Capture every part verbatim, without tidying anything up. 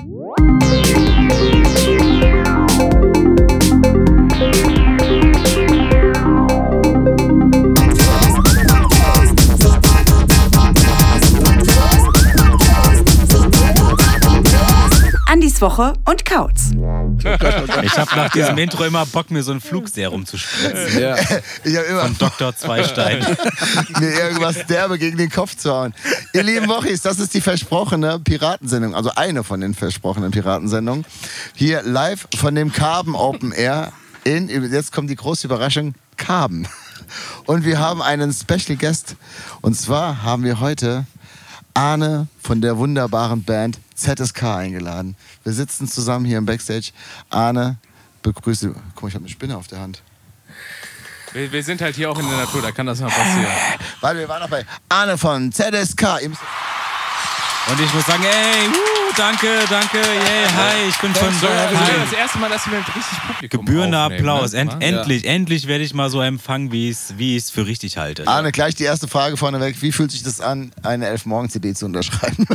Andis Woche und Kauz. Ich habe nach diesem ja. Intro immer Bock, mir so ein Flugserum zu spritzen. Ja. Ich habe immer von Doktor Zweistein. mir irgendwas derbe gegen den Kopf zu hauen. Ihr lieben Wochis, das ist die versprochene Piratensendung, also eine von den versprochenen Piratensendungen. Hier live von dem Carbon Open Air. In, jetzt kommt die große Überraschung, Carbon. Und wir haben einen Special Guest. Und zwar haben wir heute Arne von der wunderbaren Band Z S K eingeladen. Wir sitzen zusammen hier im Backstage. Arne, begrüße. Guck mal, ich habe eine Spinne auf der Hand. Wir, wir sind halt hier auch in der Natur, da kann das mal passieren. Warte, wir waren noch bei Arne von Z S K. Und ich muss sagen, ey, uh, danke, danke, yay, hi, ich bin von... So, ja, wir sind das erste Mal, dass wir mit richtig Publikum gebührender aufnehmen, Applaus. Ne? End, Ja. endlich, endlich werde ich mal so empfangen, wie ich es wie ich's für richtig halte. Arne, gleich die erste Frage vorneweg. Wie fühlt sich das an, eine elf Morgen C D zu unterschreiben?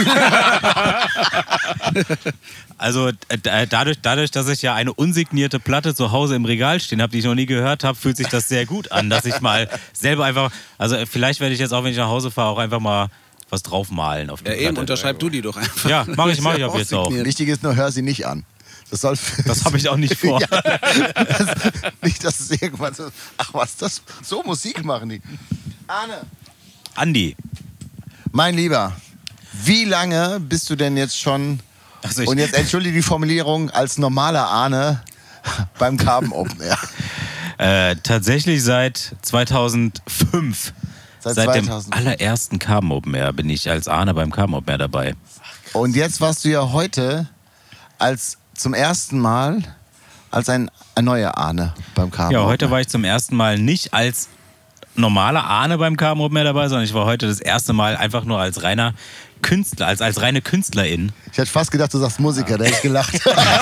Also äh, dadurch, dadurch, dass ich ja eine unsignierte Platte zu Hause im Regal stehen habe, die ich noch nie gehört habe, fühlt sich das sehr gut an, dass ich mal selber einfach... Also vielleicht werde ich jetzt auch, wenn ich nach Hause fahre, auch einfach mal was draufmalen auf die Ja, Platte. eben, unterschreib du die doch einfach. Ja, mach ich, mach ich ab jetzt auch. Wichtig ist nur, hör sie nicht an. Das, soll das habe ich auch nicht vor. Ja, das, nicht, dass es irgendwann so... Ach was, das, so Musik machen die. Arne. Andi. Mein Lieber, wie lange bist du denn jetzt schon... Also ich, und jetzt entschuldige die Formulierung, als normaler Arne beim Carbon Open Air? Äh, tatsächlich seit zweitausendfünf. Seit, seit zweitausendfünf. dem allerersten Carbon Open Air bin ich als Arne beim Carbon Open Air dabei. Und jetzt warst du ja heute als zum ersten Mal als ein, ein neuer Arne beim Carbon Ja, Open heute Air. war ich zum ersten Mal nicht als normaler Arne beim Carbon Open Air dabei, sondern ich war heute das erste Mal einfach nur als reiner Künstler, als, als reine Künstlerin. Ich hätte fast gedacht, du sagst Musiker, da hätte ich gelacht.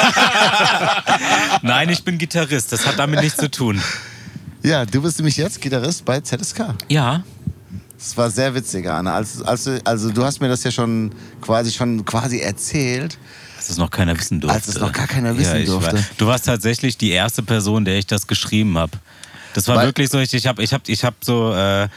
Nein, ich bin Gitarrist, das hat damit nichts zu tun. Ja, du bist nämlich jetzt Gitarrist bei Z S K. Ja. Das war sehr witzig, Arne. Also, also, also du hast mir das ja schon quasi, schon quasi erzählt. Als es noch keiner wissen durfte. Als es noch gar keiner wissen ja, durfte. War, du warst tatsächlich die erste Person, der ich das geschrieben habe. Das war Weil, wirklich so, ich, ich habe ich hab, ich hab so äh,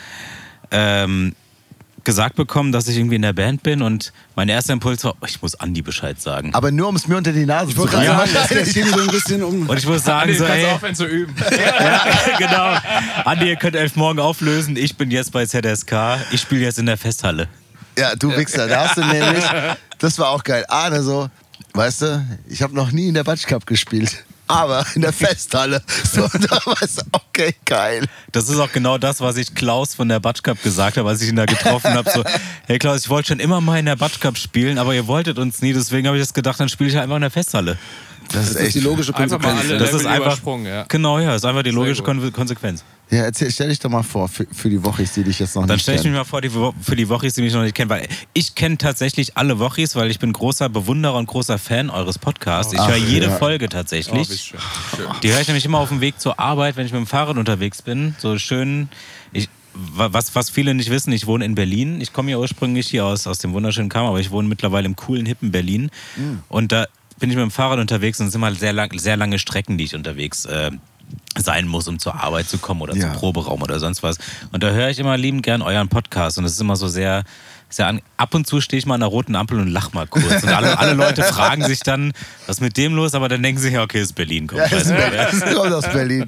ähm, gesagt bekommen, dass ich irgendwie in der Band bin und mein erster Impuls war, oh, ich muss Andi Bescheid sagen. aber nur, um es mir unter die Nase zu reiben. Ja, das ist so ein bisschen um. Und ich muss sagen, Andi, so, kannst ey, aufhören zu üben. ja, genau. Andi, ihr könnt elf morgen auflösen, ich bin jetzt bei Z S K, ich spiele jetzt in der Festhalle. Ja, du Wichser, da hast du nämlich, das war auch geil. Arne so, weißt du, ich habe noch nie in der Batsch Cup gespielt. Aber in der Festhalle. So, da weißt du, okay, geil. Das ist auch genau das, was ich Klaus von der Batsch Cup gesagt habe, als ich ihn da getroffen habe. So, hey Klaus, ich wollte schon immer mal in der Batsch Cup spielen, aber ihr wolltet uns nie, deswegen habe ich das gedacht, dann spiele ich einfach in der Festhalle. Das ist Das ist die logische Einfach mal Konsequenz. alle Das ist Level einfach, übersprungen, ja. genau, ja, ist einfach die logische gut. Kon- Konsequenz. Ja, erzähl, stell dich doch mal vor, für, für die Wochis, die dich jetzt noch Dann nicht stelle ich mich kennen. mal vor, die, Wo- für die Wochis, die mich noch nicht kennen, weil ich kenne tatsächlich alle Wochis, weil ich bin großer Bewunderer und großer Fan eures Podcasts. Ich Ach, höre jede ja. Folge Oh, wie tatsächlich. schön. schön. Die höre ich nämlich immer auf dem Weg zur Arbeit, wenn ich mit dem Fahrrad unterwegs bin. So schön. Ich, was, was viele nicht wissen, ich wohne in Berlin. Ich komme ja ursprünglich hier aus, aus dem wunderschönen Kamm, aber ich wohne mittlerweile im coolen, hippen Berlin. Mhm. Und da bin ich mit dem Fahrrad unterwegs und es sind mal sehr, lang, sehr lange Strecken, die ich unterwegs äh, sein muss, um zur Arbeit zu kommen oder Ja. zum Proberaum oder sonst was. Und da höre ich immer liebend gern euren Podcast und es ist immer so sehr... sehr an, ab und zu stehe ich mal an der roten Ampel und lach mal kurz. Und alle, alle Leute fragen sich dann, was ist mit dem los? Aber dann denken sie, ja, okay, es ist Berlin. Komm, Ja, das ist, weißt du, das kommt aus Berlin.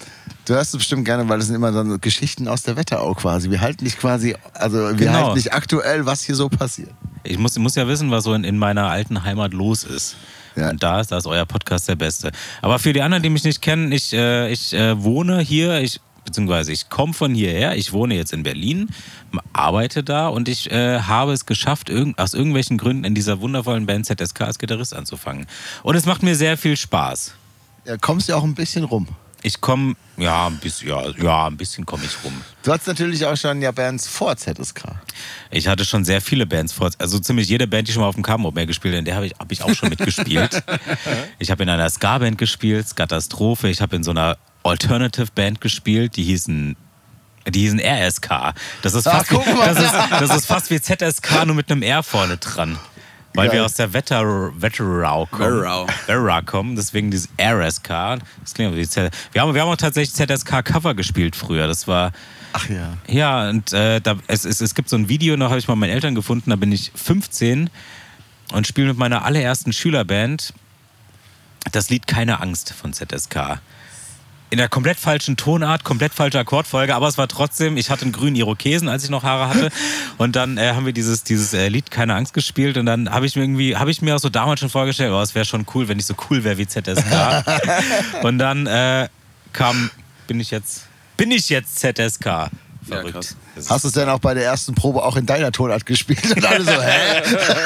Du hörst es bestimmt gerne, weil das sind immer dann Geschichten aus der Wetterau quasi. Wir halten dich quasi, also wir Genau. halten dich aktuell, was hier so passiert. Ich muss, muss ja wissen, was so in, in meiner alten Heimat los ist. Ja. Und da ist, da ist euer Podcast der beste. Aber für die anderen, die mich nicht kennen, ich, äh, ich äh, wohne hier, ich, beziehungsweise ich komme von hierher, ich wohne jetzt in Berlin, arbeite da und ich äh, habe es geschafft, irg- aus irgendwelchen Gründen in dieser wundervollen Band Z S K als Gitarrist anzufangen. Und es macht mir sehr viel Spaß. Ja, kommst ja auch ein bisschen rum. Ich komme, ja, ein bisschen, ja, ja, ein bisschen komme ich rum. Du hattest natürlich auch schon ja Bands vor Z S K. Ich hatte schon sehr viele Bands vor, also ziemlich jede Band, die schon mal auf dem Carbon Open Air gespielt hat, in der habe ich, hab ich auch schon mitgespielt. Ich habe in einer Ska-Band gespielt, Skatastrophe. Ich habe in so einer Alternative-Band gespielt, die hießen, die hießen R S K. Das ist, Ach, fast wie, guck mal. das, ist, das ist fast wie Z S K, nur mit einem R vorne dran. weil Geil. wir aus der Wetter, Wetterau kommen. Wetterau. Wetterau kommen, deswegen dieses R S K. Das klingt wie Z. Wir haben, wir haben auch tatsächlich Z S K-Cover gespielt früher. Das war. Ach ja. Ja, und äh, da, es, es, es gibt so ein Video, da habe ich mal meinen Eltern gefunden, da bin ich fünfzehn und spiele mit meiner allerersten Schülerband das Lied Keine Angst von Z S K. In der komplett falschen Tonart, komplett falsche Akkordfolge, aber es war trotzdem, ich hatte einen grünen Irokesen, als ich noch Haare hatte, und dann äh, haben wir dieses, dieses äh, Lied Keine Angst gespielt, und dann habe ich mir irgendwie, habe ich mir auch so damals schon vorgestellt, oh, es wäre schon cool, wenn ich so cool wäre wie Z S K. Und dann äh, kam, bin ich jetzt, bin ich jetzt Z S K. Verrückt. Ja, krass. Hast du es denn auch bei der ersten Probe auch in deiner Tonart gespielt? Und alle so, hä?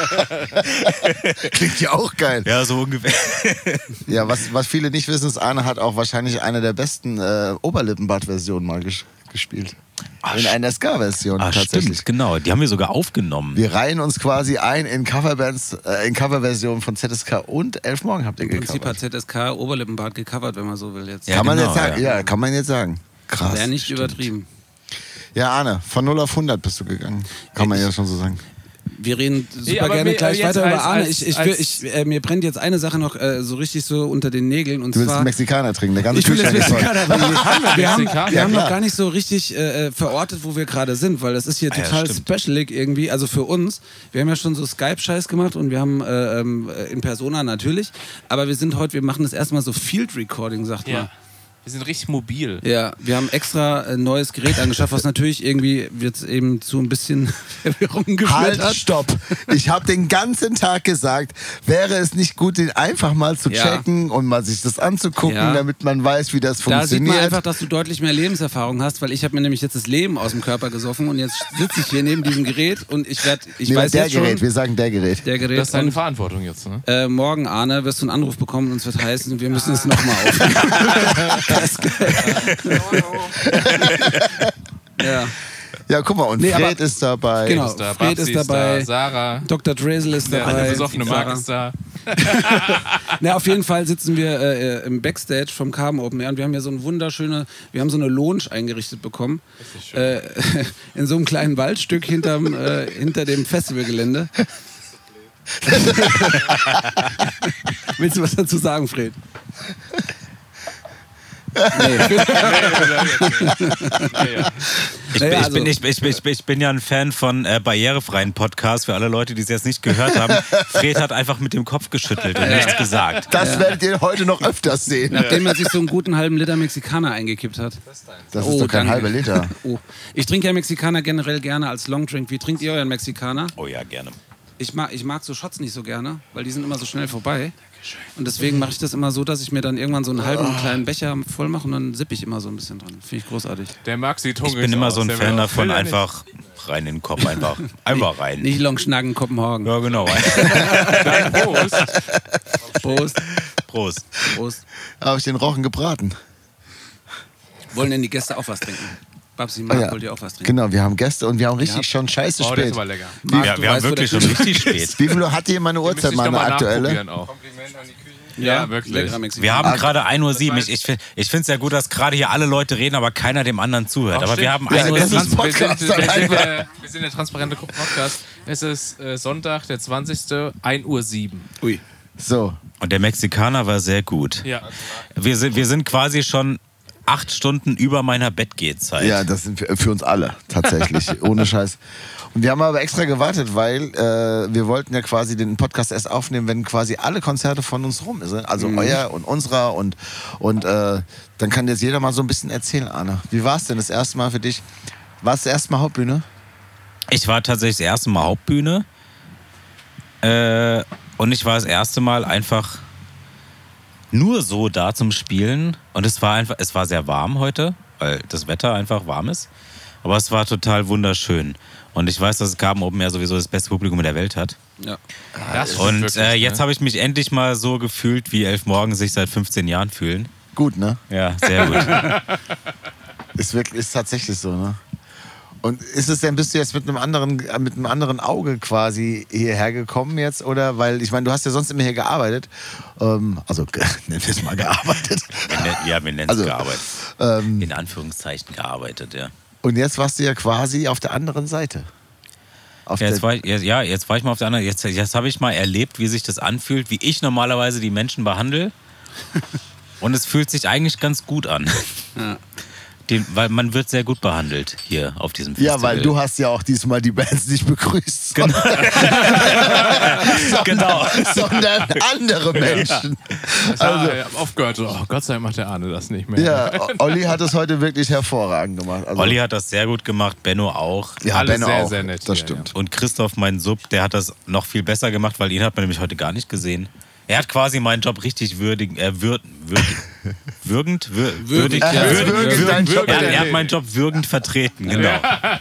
Klingt ja auch geil. Ja, so ungefähr. Ja, was, was viele nicht wissen, ist, Arne hat auch wahrscheinlich eine der besten äh, Oberlippenbart-Versionen mal ges gespielt. Ach, in einer Ska-Version Ah, tatsächlich. stimmt, genau. Die haben wir sogar aufgenommen. Wir reihen uns quasi ein in Coverbands, äh, in Coverversionen von Z S K und Elf Morgen habt ihr Im Prinzip hat gecovert. Z S K Oberlippenbart gecovert, wenn man so will jetzt. Ja, Kann man genau, jetzt sagen? ja. Ja, kann man jetzt sagen. Krass. Wäre nicht stimmt. übertrieben. Ja, Arne, von null auf hundert bist du gegangen. Kann man ja schon so sagen. Wir reden super Nee, aber gerne mir- gleich jetzt weiter als- über Arne. als- Ich, ich, als- ich, äh, mir brennt jetzt eine Sache noch äh, so richtig so unter den Nägeln. Und Du willst zwar, einen Mexikaner trinken, der ganze ich will jetzt Kühlschrank ist voll. Mexikaner. Wir haben, wir haben, Mexikaner? wir haben Ja, noch klar. gar nicht so richtig äh, verortet, wo wir gerade sind, weil das ist hier Ah, ja, total stimmt. specialig irgendwie. Also für uns, wir haben ja schon so Skype-Scheiß gemacht und wir haben äh, ähm, in Persona natürlich, aber wir sind heute, wir machen das erstmal so Field-Recording, sagt man. Ja. Wir sind richtig mobil. Ja, wir haben extra ein neues Gerät angeschafft, was natürlich irgendwie jetzt eben zu ein bisschen Verwirrung geführt Halt, hat. stopp. Ich habe den ganzen Tag gesagt, wäre es nicht gut, den einfach mal zu Ja. checken und mal sich das anzugucken, Ja. damit man weiß, wie das Da sieht man funktioniert. einfach, dass du deutlich mehr Lebenserfahrung hast, weil ich habe mir nämlich jetzt das Leben aus dem Körper gesoffen und jetzt sitze ich hier neben diesem Gerät und ich werde, ich Nee, weiß der jetzt Gerät, schon, wir sagen der Gerät. der Gerät. Das ist deine und, Verantwortung jetzt, ne? äh, morgen, Arne, wirst du einen Anruf bekommen und es wird heißen, wir müssen es nochmal aufnehmen. Das ist geil. ja, Ja, guck mal, und Nee, Fred aber- ist dabei. genau. Ist da, Fred Babsi ist dabei. da, Sarah, Doktor Dresel ist der dabei. eine besoffene Sarah. Mark ist da. Na, auf jeden Fall sitzen wir äh, im Backstage vom Carbon Open Air und wir haben ja so eine wunderschöne, wir haben so eine Lounge eingerichtet bekommen. Äh, in so einem kleinen Waldstück hinterm, äh, hinter dem Festivalgelände. Willst du was dazu sagen, Fred? Nee. Ich, Naja, bin, ich, also- bin, ich, ich, ich, ich bin ja ein Fan von äh, barrierefreien Podcasts. Für alle Leute, die es jetzt nicht gehört haben. Fred hat einfach mit dem Kopf geschüttelt und nichts gesagt. Das werdet ihr heute noch öfters sehen. Nachdem er sich so einen guten halben Liter Mexikaner eingekippt hat. Das ist Oh, doch kein danke. halber Liter. Oh. Ich trinke ja Mexikaner generell gerne als Longdrink. Wie trinkt ihr euren Mexikaner? Oh ja, gerne. Ich mag, ich mag so Shots nicht so gerne, weil die sind immer so schnell vorbei. Und deswegen mache ich das immer so, dass ich mir dann irgendwann so einen halben kleinen Becher voll mache und dann sippe ich immer so ein bisschen dran. Finde ich großartig. Der Max sieht Ich hungrig bin immer aus. so ein Der Fan will- davon, will er einfach rein in den Kopf. Einfach, einfach rein. Nicht Longschnacken Kopenhagen. Ja, genau. nicht. Dein Prost. Prost. Prost. Prost. Habe ich den Rochen gebraten. Wollen denn die Gäste auch was trinken? Babsi, Marc, Ja. wollt ihr auch was trinken? Genau, wir haben Gäste und wir haben richtig Ja. schon scheiße Oh, der ist spät. aber lecker. Marc, Ja, du wir haben weißt, wo wirklich der schon Kühlschrank richtig spät. Wie viel hat hier meine Müsste Uhrzeit, ich doch meine mal aktuelle? nachprobieren auch. Ja, wirklich. Leckerer Mexikaner. Wir haben Ah, gerade ein Uhr sieben. Ich, ich, find- ich finde es ja gut, dass gerade hier alle Leute reden, aber keiner dem anderen zuhört. Auch aber wir stimmt. haben Ja, ein Uhr das ist sieben. Wir sind, Podcast wir, sind einfach. der, wir sind der transparente Podcast. Es ist äh, Sonntag, der zwanzigste ein Uhr sieben. Ui. So, Und der Mexikaner war sehr gut. Ja. Wir sind, wir sind quasi schon acht Stunden über meiner Bettgehzeit. ja, das sind für, für uns alle tatsächlich, ohne Scheiß. Und wir haben aber extra gewartet, weil äh, wir wollten ja quasi den Podcast erst aufnehmen, wenn quasi alle Konzerte von uns rum sind. Also euer und unserer und, und äh, dann kann jetzt jeder mal so ein bisschen erzählen, Arne. Wie war es denn das erste Mal für dich? War es das erste Mal Hauptbühne? Ich war tatsächlich das erste Mal Hauptbühne. Äh, und ich war das erste Mal einfach nur so da zum Spielen. Und es war einfach, es war sehr warm heute, weil das Wetter einfach warm ist. Aber es war total wunderschön. Und ich weiß, dass das Carbon Open Air sowieso das beste Publikum der Welt hat. Ja. Das stimmt Und wirklich, äh, jetzt ne? habe ich mich endlich mal so gefühlt, wie Elf Morgen sich seit fünfzehn Jahren fühlen. Gut, ne? Ja, sehr gut. Ist wirklich, ist tatsächlich so, ne? Und ist es denn, bist du jetzt mit einem anderen, äh, mit einem anderen Auge quasi hierher gekommen jetzt? Oder? Weil, ich meine, du hast ja sonst immer hier gearbeitet. Ähm, also, nennen wir es mal gearbeitet. Wir nennen- ja, wir nennen es Also, gearbeitet. Ähm, In Anführungszeichen gearbeitet, ja. und jetzt warst du ja quasi auf der anderen Seite. Auf Ja, jetzt der, war ich, ja, jetzt war ich mal auf der anderen. Jetzt, jetzt habe ich mal erlebt, wie sich das anfühlt, wie ich normalerweise die Menschen behandle. Und es fühlt sich eigentlich ganz gut an. Ja. Den, weil man wird sehr gut behandelt hier auf diesem Festival. ja, weil du hast ja auch diesmal die Bands nicht begrüßt, Genau. sondern, Genau. sondern andere Menschen. Also, Also, ich hab aufgehört. Oh, Gott sei Dank macht der Arne das nicht mehr. ja, O- Olli hat es heute wirklich hervorragend gemacht. Also, Olli hat das sehr gut gemacht, Benno auch. ja, alles Benno sehr, auch. sehr nett Das hier, stimmt. Und Christoph, mein Sub, der hat das noch viel besser gemacht, weil ihn hat man nämlich heute gar nicht gesehen. Er hat quasi meinen Job richtig würdig, äh, würd, würdig, würgend, wür, würdig, Er hat würdig, würdig würdig, deinen Job er, er erledigt. hat meinen Job würgend vertreten, genau.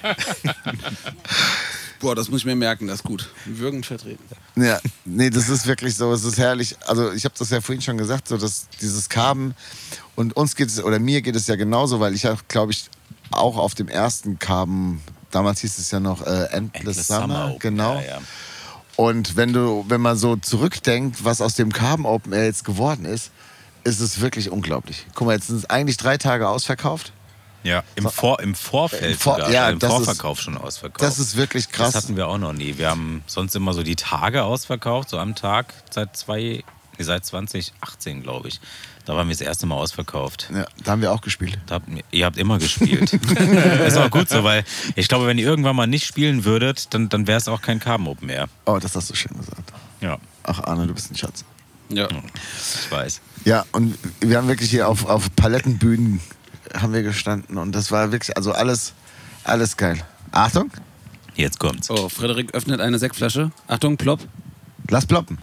Boah, das muss ich mir merken, das ist gut. Würgend vertreten. Ja, nee, das ist wirklich so, es ist herrlich. Also ich habe das ja vorhin schon gesagt, so dass dieses Carben und uns geht es, oder mir geht es ja genauso, weil ich habe, glaube ich, auch auf dem ersten Carben, damals hieß es ja noch äh, Endless, Endless Summer, Summer Open, genau. ja, ja. Und wenn du, wenn man so zurückdenkt, was aus dem Carben Open Air jetzt geworden ist, ist es wirklich unglaublich. Guck mal, jetzt sind es eigentlich drei Tage ausverkauft. Ja, im, Vor, im Vorfeld Im Vor- sogar, ja, also im das Vorverkauf schon ausverkauft. Das ist wirklich krass. Das hatten wir auch noch nie. Wir haben sonst immer so die Tage ausverkauft, so am Tag seit zwei, nee, seit zwanzig achtzehn, glaube ich. Da waren wir das erste Mal ausverkauft. Ja, da haben wir auch gespielt. Da habt, ihr habt immer gespielt. Ist auch gut so, weil ich glaube, wenn ihr irgendwann mal nicht spielen würdet, dann, dann wäre es auch kein Carben Open mehr. Oh, das hast du schön gesagt. Ja, Ach, Arne, du bist ein Schatz. Ja. ich weiß. Ja, und wir haben wirklich hier auf, auf Palettenbühnen haben wir gestanden und das war wirklich, also alles, alles geil. Achtung, Jetzt kommt's. Oh, Frederik öffnet eine Sektflasche. Achtung, plopp. lass ploppen.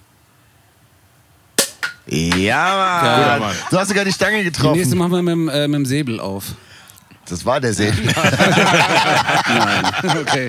Ja, Mann. Geil, Mann. Du hast sogar die Stange Die nächste getroffen. machen wir mit, dem, äh, mit dem Säbel auf. Das war der See. Nein. Okay.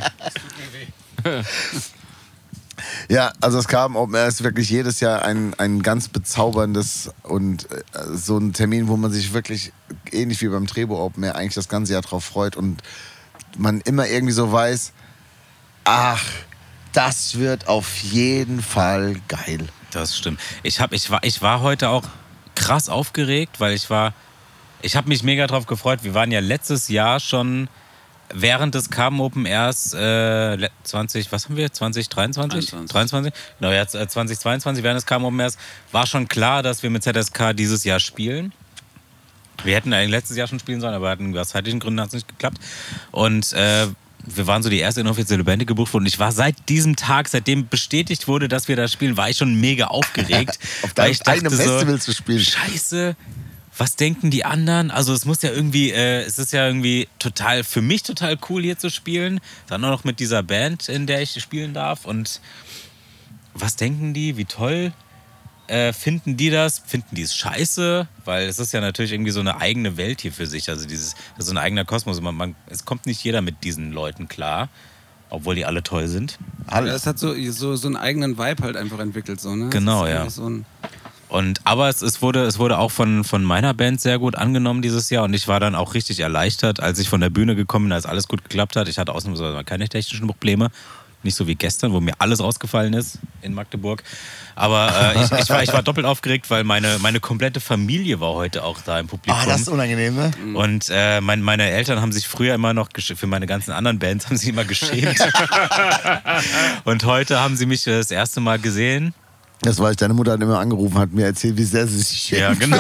Ja, also das Carben Open Air ist wirklich jedes Jahr ein, ein ganz bezauberndes und äh, so ein Termin, wo man sich wirklich, ähnlich wie beim Trebo Open Air, eigentlich das ganze Jahr drauf freut und man immer irgendwie so weiß, ach, das wird auf jeden Fall geil. Das stimmt. Ich, hab, ich, war, ich war heute auch krass aufgeregt, weil ich war, ich habe mich mega drauf gefreut. Wir waren ja letztes Jahr schon während des Carben Open Airs äh, zwanzig, was haben wir? zwanzig dreiundzwanzig? dreiundzwanzig. dreiundzwanzig? Genau, ja, zwanzig zweiundzwanzig während des Carben Open Airs war schon klar, dass wir mit Z S K dieses Jahr spielen. Wir hätten eigentlich letztes Jahr schon spielen sollen, aber hatten, aus zeitlichen Gründen hat es nicht geklappt. Und äh, wir waren so die erste inoffizielle Band, die gebucht wurde. Und ich war seit diesem Tag, seitdem bestätigt wurde, dass wir da spielen, war ich schon mega aufgeregt. Auf weil deinem ich dachte eigenen Festival zu spielen. Scheiße, was denken die anderen? Also es muss ja irgendwie, äh, es ist ja irgendwie total, für mich total cool hier zu spielen. Dann auch noch mit dieser Band, in der ich spielen darf. Und was denken die? Wie toll äh, finden die das? Finden die es scheiße? Weil es ist ja natürlich irgendwie so eine eigene Welt hier für sich. Also dieses, das ist so ein eigener Kosmos. Man, man, es kommt nicht jeder mit diesen Leuten klar, obwohl die alle toll sind. Ja, es hat so, so, so einen eigenen Vibe halt einfach entwickelt. So, ne? Genau, Das ist ja. einfach So ein Und, aber es, es, wurde, es wurde auch von, von meiner Band sehr gut angenommen dieses Jahr und ich war dann auch richtig erleichtert, als ich von der Bühne gekommen bin, als alles gut geklappt hat. Ich hatte ausnahmsweise keine technischen Probleme, nicht so wie gestern, wo mir alles rausgefallen ist in Magdeburg. Aber äh, ich, ich, war, ich war doppelt aufgeregt, weil meine, meine komplette Familie war heute auch da im Publikum. Ah, das ist unangenehm, ne? Und äh, mein, meine Eltern haben sich früher immer noch, gesch- für meine ganzen anderen Bands, haben sie immer geschämt. Und heute haben sie mich das erste Mal gesehen. Das war ich, deine Mutter hat immer angerufen, hat mir erzählt, wie sehr sie sich schämt. Ja, genau.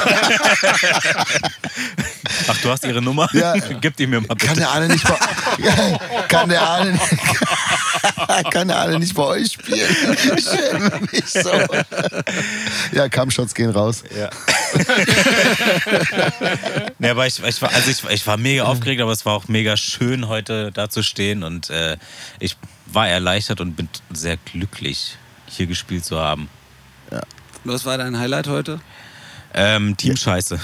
Ach, du hast ihre Nummer? Ja. Gib die mir mal bitte. Kann der Arne nicht bei, kann der Arne, kann der Arne nicht bei euch spielen? Ich schäme mich so. Ja, Kampfshots gehen raus. Ja. Nee, aber ich, ich, war, also ich, ich war mega aufgeregt, aber es war auch mega schön, heute da zu stehen. Und äh, ich war erleichtert und bin sehr glücklich, hier gespielt zu haben. Was war dein Highlight heute? Ähm, Team Scheiße.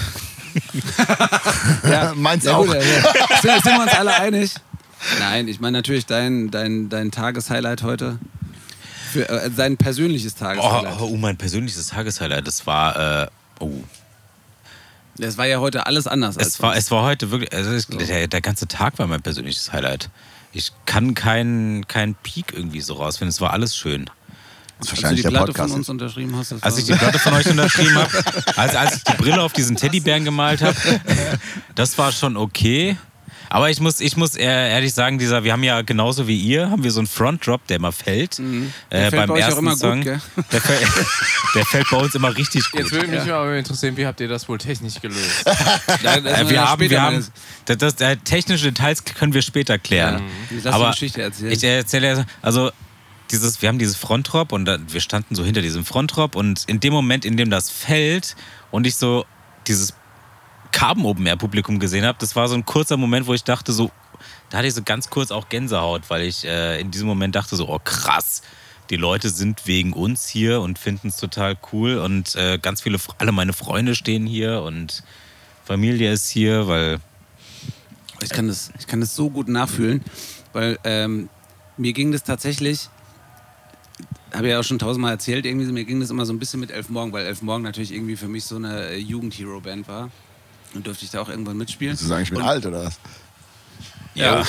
Ja, Meins ja, auch. gut, also, sind, sind wir uns alle einig? Nein, ich meine natürlich dein, dein, dein Tageshighlight heute. Für, äh, sein persönliches Oh, Tageshighlight. oh, mein persönliches Tageshighlight, das war, äh, oh. Das war ja heute alles anders als Es war, sonst. es war heute wirklich, also ich, der, der ganze Tag war mein persönliches Highlight. Ich kann keinen kein Peak irgendwie so rausfinden, es war alles schön. Das ist Als du wahrscheinlich die der Platte Podcast. von uns unterschrieben hast, das Als war ich die Platte von euch unterschrieben habe, als, als ich die Brille auf diesen Teddybären gemalt habe, das war schon okay. Aber ich muss, ich muss ehrlich sagen, dieser, wir haben ja genauso wie ihr, haben wir so einen Front-Drop, der immer fällt. Mhm. Der Äh, fällt beim bei euch auch ersten immer Song. gut, gell? Der, fällt, der fällt bei uns immer richtig gut. Jetzt würde mich ja. aber interessieren, wie habt ihr das wohl technisch gelöst? Da- das Äh, ist wir ja haben, später wir mal haben das, das, äh, technische Details können wir später klären. das- Lass Aber die Geschichte erzählen. ich erzähle, also dieses, wir haben dieses Frontrop und da, wir standen so hinter diesem Frontrop und in dem Moment, in dem das fällt und ich so dieses Carbon Open Air Publikum gesehen habe, das war so ein kurzer Moment, wo ich dachte so, da hatte ich so ganz kurz auch Gänsehaut, weil ich äh, in diesem Moment dachte so, oh krass, die Leute sind wegen uns hier und finden es total cool und äh, ganz viele, alle meine Freunde stehen hier und Familie ist hier, weil Ich kann das, ich kann das so gut nachfühlen, weil ähm, mir ging das tatsächlich, habe ich ja auch schon tausendmal erzählt, irgendwie mir ging das immer so ein bisschen mit Elf Morgen, weil Elf Morgen natürlich irgendwie für mich so eine äh, Jugend-Hero-Band war. Und durfte ich da auch irgendwann mitspielen. Willst du sagen, ich bin und, alt oder was? ja.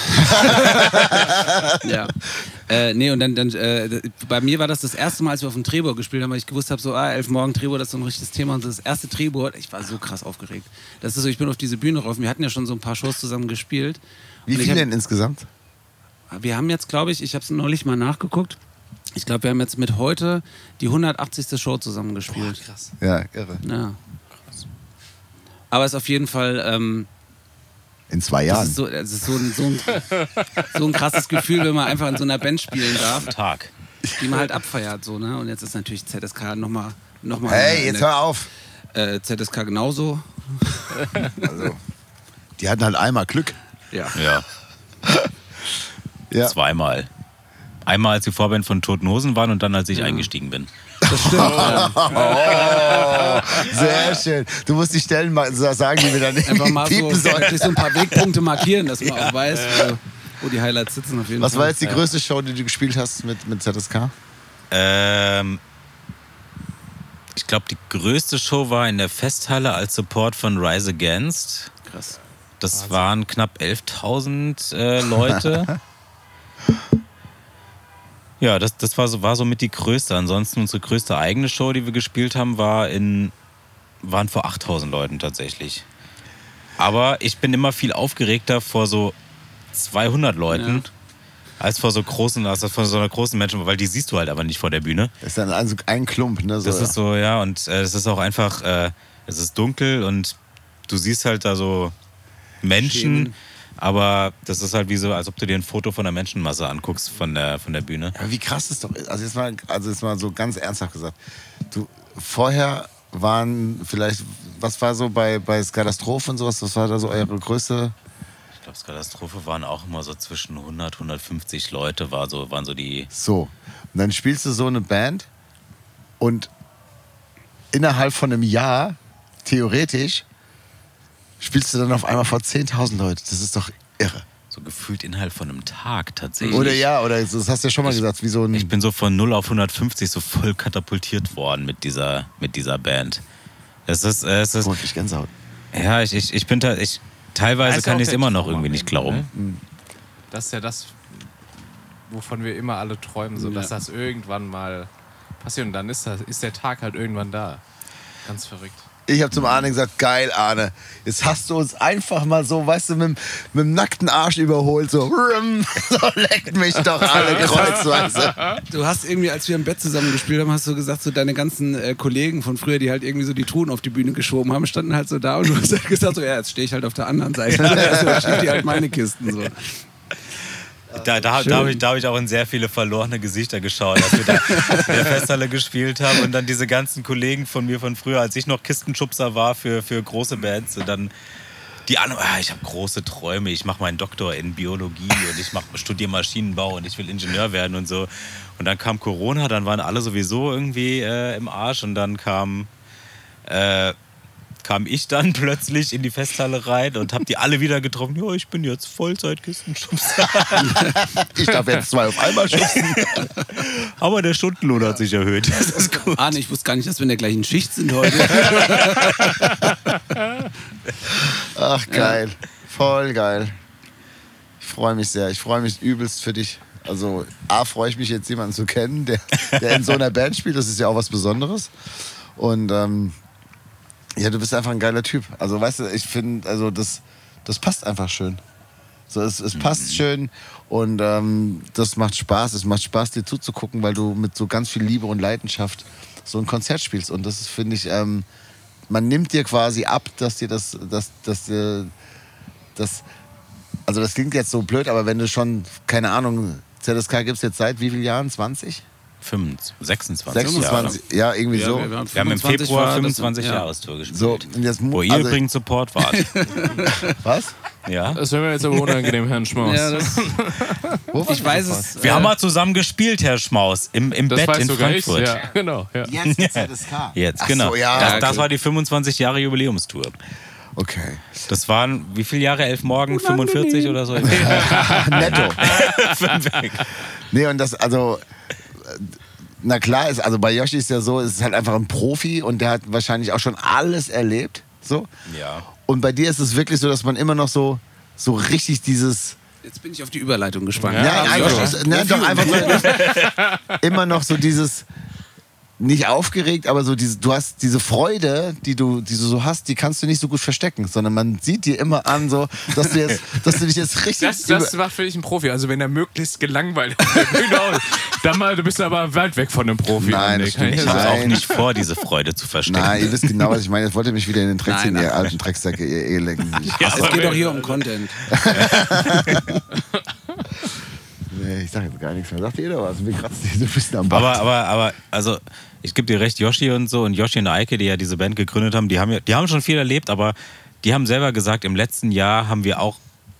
Ja. Äh, nee, und dann, dann äh, bei mir war das das erste Mal, als wir auf dem Trebor gespielt haben, weil ich gewusst habe, so, ah, Elf Morgen Trebor, das ist so ein richtiges Thema. Und das erste Trebor, ich war so krass aufgeregt. Das ist so, ich bin auf diese Bühne rauf. Wir hatten ja schon so ein paar Shows zusammen gespielt. Wie Und ich viele hab- denn insgesamt? Wir haben jetzt, glaube ich, ich habe es neulich mal nachgeguckt. Ich glaube, wir haben jetzt mit heute die hundertachtzigste Show zusammen gespielt. Krass. Ja, irre. Ja. Aber es ist auf jeden Fall, ähm, In zwei das Jahren. ist, so, es ist so, ein, so, ein, so ein krasses Gefühl, wenn man einfach in so einer Band spielen darf, Tag. die man halt abfeiert. So, ne? Und jetzt ist natürlich Z S K nochmal. Noch mal Hey, jetzt hör auf. äh, Z S K genauso. Also, die hatten halt einmal Glück. Ja. Ja, Ja. zweimal. Einmal, als die Vorband von Toten Hosen waren und dann, als ich eingestiegen bin. Das stimmt. ja. Oh, sehr schön. Du musst die Stellen mal so sagen, die wir dann Einfach mal so, piepen sollen. wirklich so ein paar Wegpunkte markieren, dass man auch weiß, wo, wo die Highlights sitzen. Auf jeden Was Fall. war jetzt die größte Show, die du gespielt hast mit, mit Z S K? Ähm, ich glaube, die größte Show war in der Festhalle als Support von Rise Against. Krass. Das waren knapp elftausend äh, Leute. Ja, das, das war, so, war somit die größte. Ansonsten unsere größte eigene Show, die wir gespielt haben, war in, waren vor achttausend Leuten tatsächlich. Aber ich bin immer viel aufgeregter vor so zweihundert Leuten Ja. als vor so großen, als vor so einer großen Menschen, weil die siehst du halt aber nicht vor der Bühne. Das ist dann ein, ein Klump, ne? So, Das ist so, ja, und äh, es ist auch einfach, äh, es ist dunkel und du siehst halt da so Menschen, Schemen. aber das ist halt wie so, als ob du dir ein Foto von der Menschenmasse anguckst von der, von der Bühne. Ja, wie krass ist doch, also jetzt mal, also jetzt mal so ganz ernsthaft gesagt, du, vorher waren vielleicht, was war so bei, bei Katastrophe und sowas, was war da so eure größte? Ich glaube, Katastrophe waren auch immer so zwischen hundert, hundertfünfzig Leute, war so, waren so die. So, und dann spielst du so eine Band und innerhalb von einem Jahr, theoretisch, spielst du dann auf einmal vor zehntausend Leute. Das ist doch irre. So gefühlt innerhalb von einem Tag tatsächlich. Oder ja, oder das hast du ja schon mal Ich- gesagt, wie so ein... Ich bin so von null auf hundertfünfzig so voll katapultiert worden mit dieser, mit dieser Band. Es ist, äh, es ist, Oh, ich Gänsehaut. ja, ich, ich, ich bin da, ich, teilweise ist ja kann auch ich es der immer noch Traum irgendwie am nicht Ende, glauben. ne? Das ist ja das, wovon wir immer alle träumen, so dass Ja. das irgendwann mal passiert. Und dann ist, das, ist der Tag halt irgendwann da. Ganz verrückt. Ich habe zum Arne gesagt, geil, Arne, jetzt hast du uns einfach mal so, weißt du, mit, dem- mit dem nackten Arsch überholt, so, rum, so leckt mich doch alle kreuzweise. Du hast irgendwie, als wir im Bett zusammen gespielt haben, hast du gesagt, so deine ganzen äh, Kollegen von früher, die halt irgendwie so die Truhen auf die Bühne geschoben haben, standen halt so da und du hast halt gesagt, so, ja, jetzt stehe ich halt auf der anderen Seite. Also, da stehen die halt meine Kisten. So. Da, da, da habe ich, da hab ich auch in sehr viele verlorene Gesichter geschaut, als wir da in der Festhalle gespielt haben und dann diese ganzen Kollegen von mir von früher, als ich noch Kistenschubser war für, für große Bands, und dann die anderen, ah, ich habe große Träume, ich mache meinen Doktor in Biologie und ich studiere Maschinenbau und ich will Ingenieur werden und so. Und dann kam Corona, dann waren alle sowieso irgendwie äh, im Arsch und dann kam... Äh, kam ich dann plötzlich in die Festhalle rein und habe die alle wieder getroffen. Ja, ich bin jetzt Vollzeit-Kistenschubser. Ich darf jetzt zwei auf einmal schubsen. Aber der Stundenlohn hat sich erhöht. Das ist gut. Arne, ich wusste gar nicht, dass wir in der gleichen Schicht sind heute. Ach, geil. Voll geil. Ich freue mich sehr. Ich freue mich übelst für dich. Also, A, freue ich mich jetzt, jemanden zu kennen, der, der in so einer Band spielt. Das ist ja auch was Besonderes. Und ähm, ja, du bist einfach ein geiler Typ. Also, weißt du, ich finde, also das, das passt einfach schön. So, es, es passt schön und ähm, das macht Spaß. Es macht Spaß, dir zuzugucken, weil du mit so ganz viel Liebe und Leidenschaft so ein Konzert spielst. Und das ist, finde ich, ähm, man nimmt dir quasi ab, dass dir das, dass, dass dir das, also das klingt jetzt so blöd, aber wenn du schon, keine Ahnung, Z S K gibt es jetzt seit wie vielen Jahren? zwanzig? fünfundzwanzig, sechsundzwanzig, sechsundzwanzig, ja, irgendwie Ja, so. wir, Wir haben im Februar war, fünfundzwanzig das- ja. Jahrestour gespielt. So, und jetzt, mu- Wo ihr also, übrigens Support wart. was? Ja. Das wäre mir jetzt aber unangenehm, Herrn Schmaus. Ja, das, Wo war ich weiß es. Wir äh, haben mal zusammen gespielt, Herr Schmaus, im, im das Bett weiß in sogar ich. Frankfurt. Ja, genau. Ja. Jetzt die Z S K. Jetzt, Ach genau. So, ja, das, okay. das war die fünfundzwanzig Jahre Jubiläumstour. Okay. Das waren, wie viele Jahre? Elf Morgen? fünfundvierzig oder so? Netto. Nee, und das, also, äh, na klar, ist, also bei Yoshi ist ja so, es ist halt einfach ein Profi und der hat wahrscheinlich auch schon alles erlebt. So. Ja. Und bei dir ist es wirklich so, dass man immer noch so, so richtig dieses. Jetzt bin ich auf die Überleitung gespannt. Ja, Ja, also, einfach, so, ne, doch einfach so, immer noch so dieses. Nicht aufgeregt, aber so diese, du hast diese Freude, die du, die du so hast, die kannst du nicht so gut verstecken, sondern man sieht dir immer an, so, dass du jetzt, dass du dich jetzt richtig. Das, das macht für dich ein Profi. Also wenn er möglichst gelangweilt auf der Bühne aus, dann mal, du bist aber weit weg von einem Profi. Nein, das Kann stimmt ich Ich dir habe sagen. auch nicht vor, diese Freude zu verstecken. Nein, ihr wisst genau, was ich meine. Jetzt wollt ihr mich wieder in den Dreck Nein, ziehen, nein. ihr alten Drecksäcke, ihr Ehelenken. Ja, Es aber geht wenn- doch hier um Content. Nee, ich sag jetzt gar nichts mehr. Sagt ihr doch was? Mir kratzt die so ein bisschen am Bart. Aber, aber, aber, also, ich gebe dir recht, Yoshi und so und Yoshi und Eike, die ja diese Band gegründet haben, die haben, ja, die haben schon viel erlebt, aber die haben selber gesagt, im letzten Jahr haben wir auch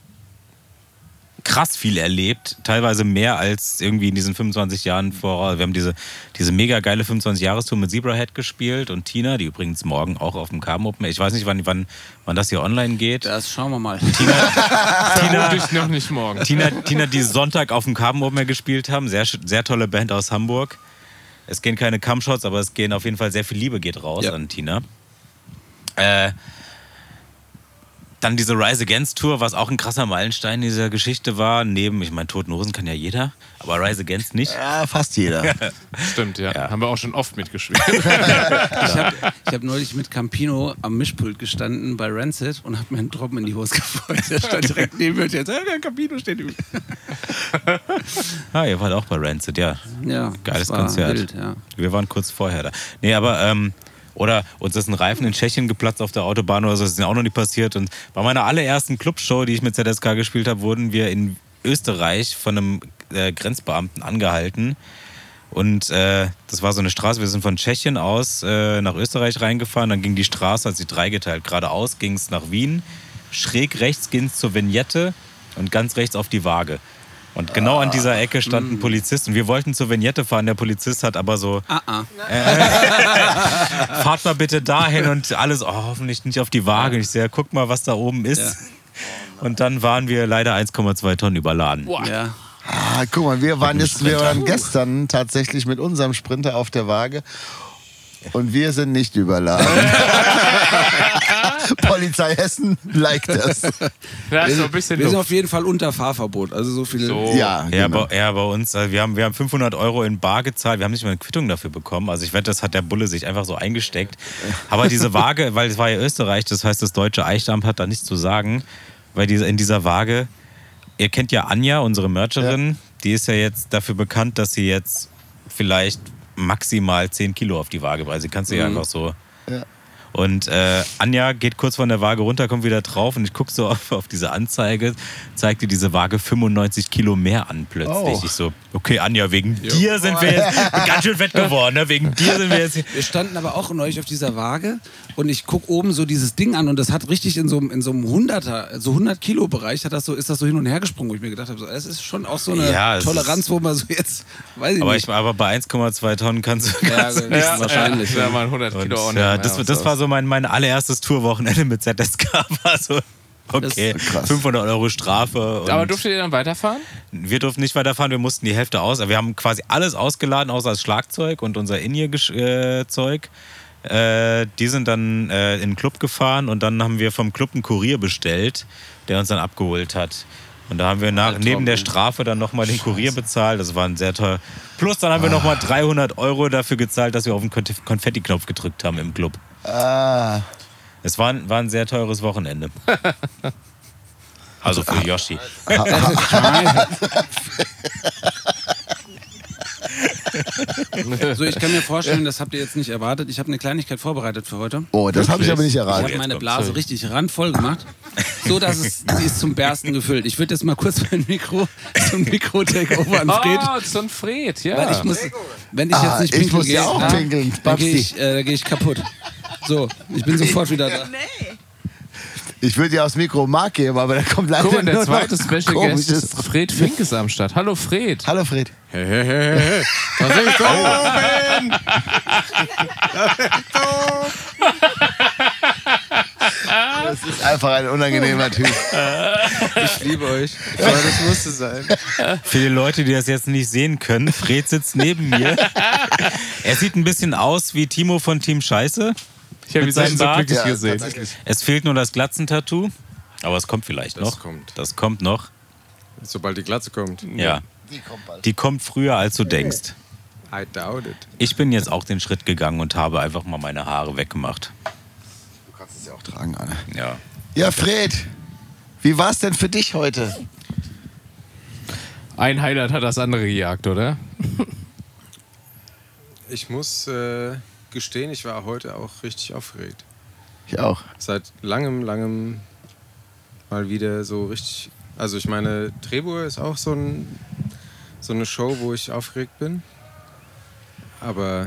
krass viel erlebt, teilweise mehr als irgendwie in diesen fünfundzwanzig Jahren voraus. Wir haben diese, diese mega geile fünfundzwanzig-Jahres-Tour mit Zebrahead gespielt und Tina, die übrigens morgen auch auf dem Carbon Open. Ich weiß nicht, wann, wann, wann das hier online geht. Das schauen wir mal. Vermutlich noch nicht morgen. Tina, Tina, die Sonntag auf dem Carbon Open Air gespielt haben, sehr, sehr tolle Band aus Hamburg. Es gehen keine Cumshots, aber es gehen auf jeden Fall sehr viel Liebe geht raus Ja. an Tina. Äh, dann diese Rise Against Tour, was auch ein krasser Meilenstein dieser Geschichte war. Neben, ich meine, Toten Hosen kann ja jeder, aber Rise Against nicht. Ja, fast jeder. Stimmt, ja. Ja. Haben wir auch schon oft mitgespielt. Ich habe ich hab neulich mit Campino am Mischpult gestanden bei Rancid und habe mir einen Tropfen in die Hose gefreut. Der stand direkt neben mir und jetzt, ja, der Campino steht über. Ah, ihr wart auch bei Rancid, ja. Ja, Geiles das war Konzert. Wild, ja. Wir waren kurz vorher da. Nee, aber, ähm, oder uns ist ein Reifen in Tschechien geplatzt auf der Autobahn oder so, das ist ja auch noch nie passiert. Und bei meiner allerersten Clubshow, die ich mit Z S K gespielt habe, wurden wir in Österreich von einem äh, Grenzbeamten angehalten. Und äh, das war so eine Straße, wir sind von Tschechien aus äh, nach Österreich reingefahren, dann ging die Straße, hat sich dreigeteilt. Geradeaus ging es nach Wien, schräg rechts ging es zur Vignette und ganz rechts auf die Waage. Und genau an dieser Ecke stand ein Polizist und wir wollten zur Vignette fahren. Der Polizist hat aber so, Ah, ah. fahrt mal bitte dahin und alles, oh, hoffentlich nicht auf die Waage. Ich sehe, guck mal, was da oben ist. Ja. Und dann waren wir leider eins Komma zwei Tonnen überladen. Boah. Ja. Ah, guck mal, wir waren, jetzt, wir waren gestern tatsächlich mit unserem Sprinter auf der Waage und wir sind nicht überladen. Polizei Hessen liked das. Da ist so ein bisschen Wir sind Luft. auf jeden Fall unter Fahrverbot. Also so viel. So. Ja, Ja, genau. bei, ja, bei uns, also wir haben, wir haben fünfhundert Euro in Bar gezahlt, wir haben nicht mal eine Quittung dafür bekommen. Also ich wette, das hat der Bulle sich einfach so eingesteckt. Aber diese Waage, weil es war ja Österreich, das heißt, das deutsche Eichamt hat da nichts zu sagen, weil diese, in dieser Waage, ihr kennt ja Anja, unsere Mercherin, die ist ja jetzt dafür bekannt, dass sie jetzt vielleicht maximal zehn Kilo auf die Waage bringt. Sie kannst du ja einfach so... Ja. Und äh, Anja geht kurz von der Waage runter, kommt wieder drauf und ich gucke so auf, auf diese Anzeige, zeigt dir diese Waage fünfundneunzig Kilo mehr an plötzlich. Oh. Ich so, okay Anja, wegen dir sind wir jetzt ganz schön fett geworden, ne? Wegen dir sind wir jetzt... Wir standen aber auch neulich auf dieser Waage und ich guck oben so dieses Ding an und das hat richtig in so, einem- in so einem hunderter, so hundert Kilo Bereich hat das so, ist das so hin und her gesprungen, wo ich mir gedacht habe, so, es ist schon auch so eine Ja, es Toleranz, ist- wo man so jetzt, weiß ich Aber, nicht. ich, aber bei eins Komma zwei Tonnen kannst du... ja, kannst du ja, nicht Ja, wahrscheinlich. Ja, Ja. da waren hundert und, Kilo auch nicht ja, mehr das, und das so. war so mein, mein allererstes Tourwochenende mit Z S K. War so, okay, Das ist krass. fünfhundert Euro Strafe. Und Aber durftet ihr dann weiterfahren? wir durften nicht weiterfahren, wir mussten die Hälfte aus. Wir haben quasi alles ausgeladen, außer das Schlagzeug und unser In-Ear-Zeug. Äh, die sind dann äh, in den Club gefahren und dann haben wir vom Club einen Kurier bestellt, der uns dann abgeholt hat. Und da haben wir nach, Alter, neben der ey. Strafe dann nochmal den Kurier bezahlt. Das war ein sehr teuer. Plus dann haben wir nochmal dreihundert Euro dafür gezahlt, dass wir auf den Konf- Konfetti-Knopf gedrückt haben im Club. Ah, Es war ein, war ein sehr teures Wochenende. Also für Yoshi. So, ich kann mir vorstellen, das habt ihr jetzt nicht erwartet. Ich habe eine Kleinigkeit vorbereitet für heute. Oh, das habe ich aber nicht Ich erraten. habe meine kommt's. Blase richtig randvoll gemacht, so dass es sie ist zum Bersten gefüllt. Ich würde jetzt mal kurz mein Mikro zum Mikro-Takeover an Fred. Oh, so ein Fred, ja. Weil ich muss, wenn ich jetzt Ah, nicht ich pinkeln muss ja gehe, auch na, pinkeln, dann Babsi. gehe ich, äh, da geh ich kaputt. So, ich bin sofort wieder da. Ich würde dir aufs Mikro Mark geben, aber da kommt leider Guck mal, der nur zweite noch Special komisches. Guest, Fred Fink ist am Start. Hallo Fred. Hallo Fred. Hey, hey, hey, hey. Was ist oben? Das ist einfach ein unangenehmer Typ. Ich liebe euch. Ich meine, das musste sein. Für die Leute, die das jetzt nicht sehen können, Fred sitzt neben mir. Er sieht ein bisschen aus wie Timo von Team Scheiße. Ich habe ihn Mit seinem so Bart? glücklich Ja, gesehen. tatsächlich. Es fehlt nur das Glatzentattoo. Aber es kommt vielleicht Das noch. kommt. Das kommt noch. Sobald die Glatze kommt. Ja. Die kommt bald. Die kommt früher, als du denkst. I doubt it. Ich bin jetzt auch den Schritt gegangen und habe einfach mal meine Haare weggemacht. Du kannst es ja auch tragen, Anne. Ja. Ja, Fred, wie war es denn für dich heute? Ein Highlight hat das andere gejagt, oder? Ich muss äh, gestehen, ich war heute auch richtig aufgeregt. Ich auch. Seit langem, langem mal wieder so richtig. Also ich meine, Trebur ist auch so, ein, so eine Show, wo ich aufgeregt bin. Aber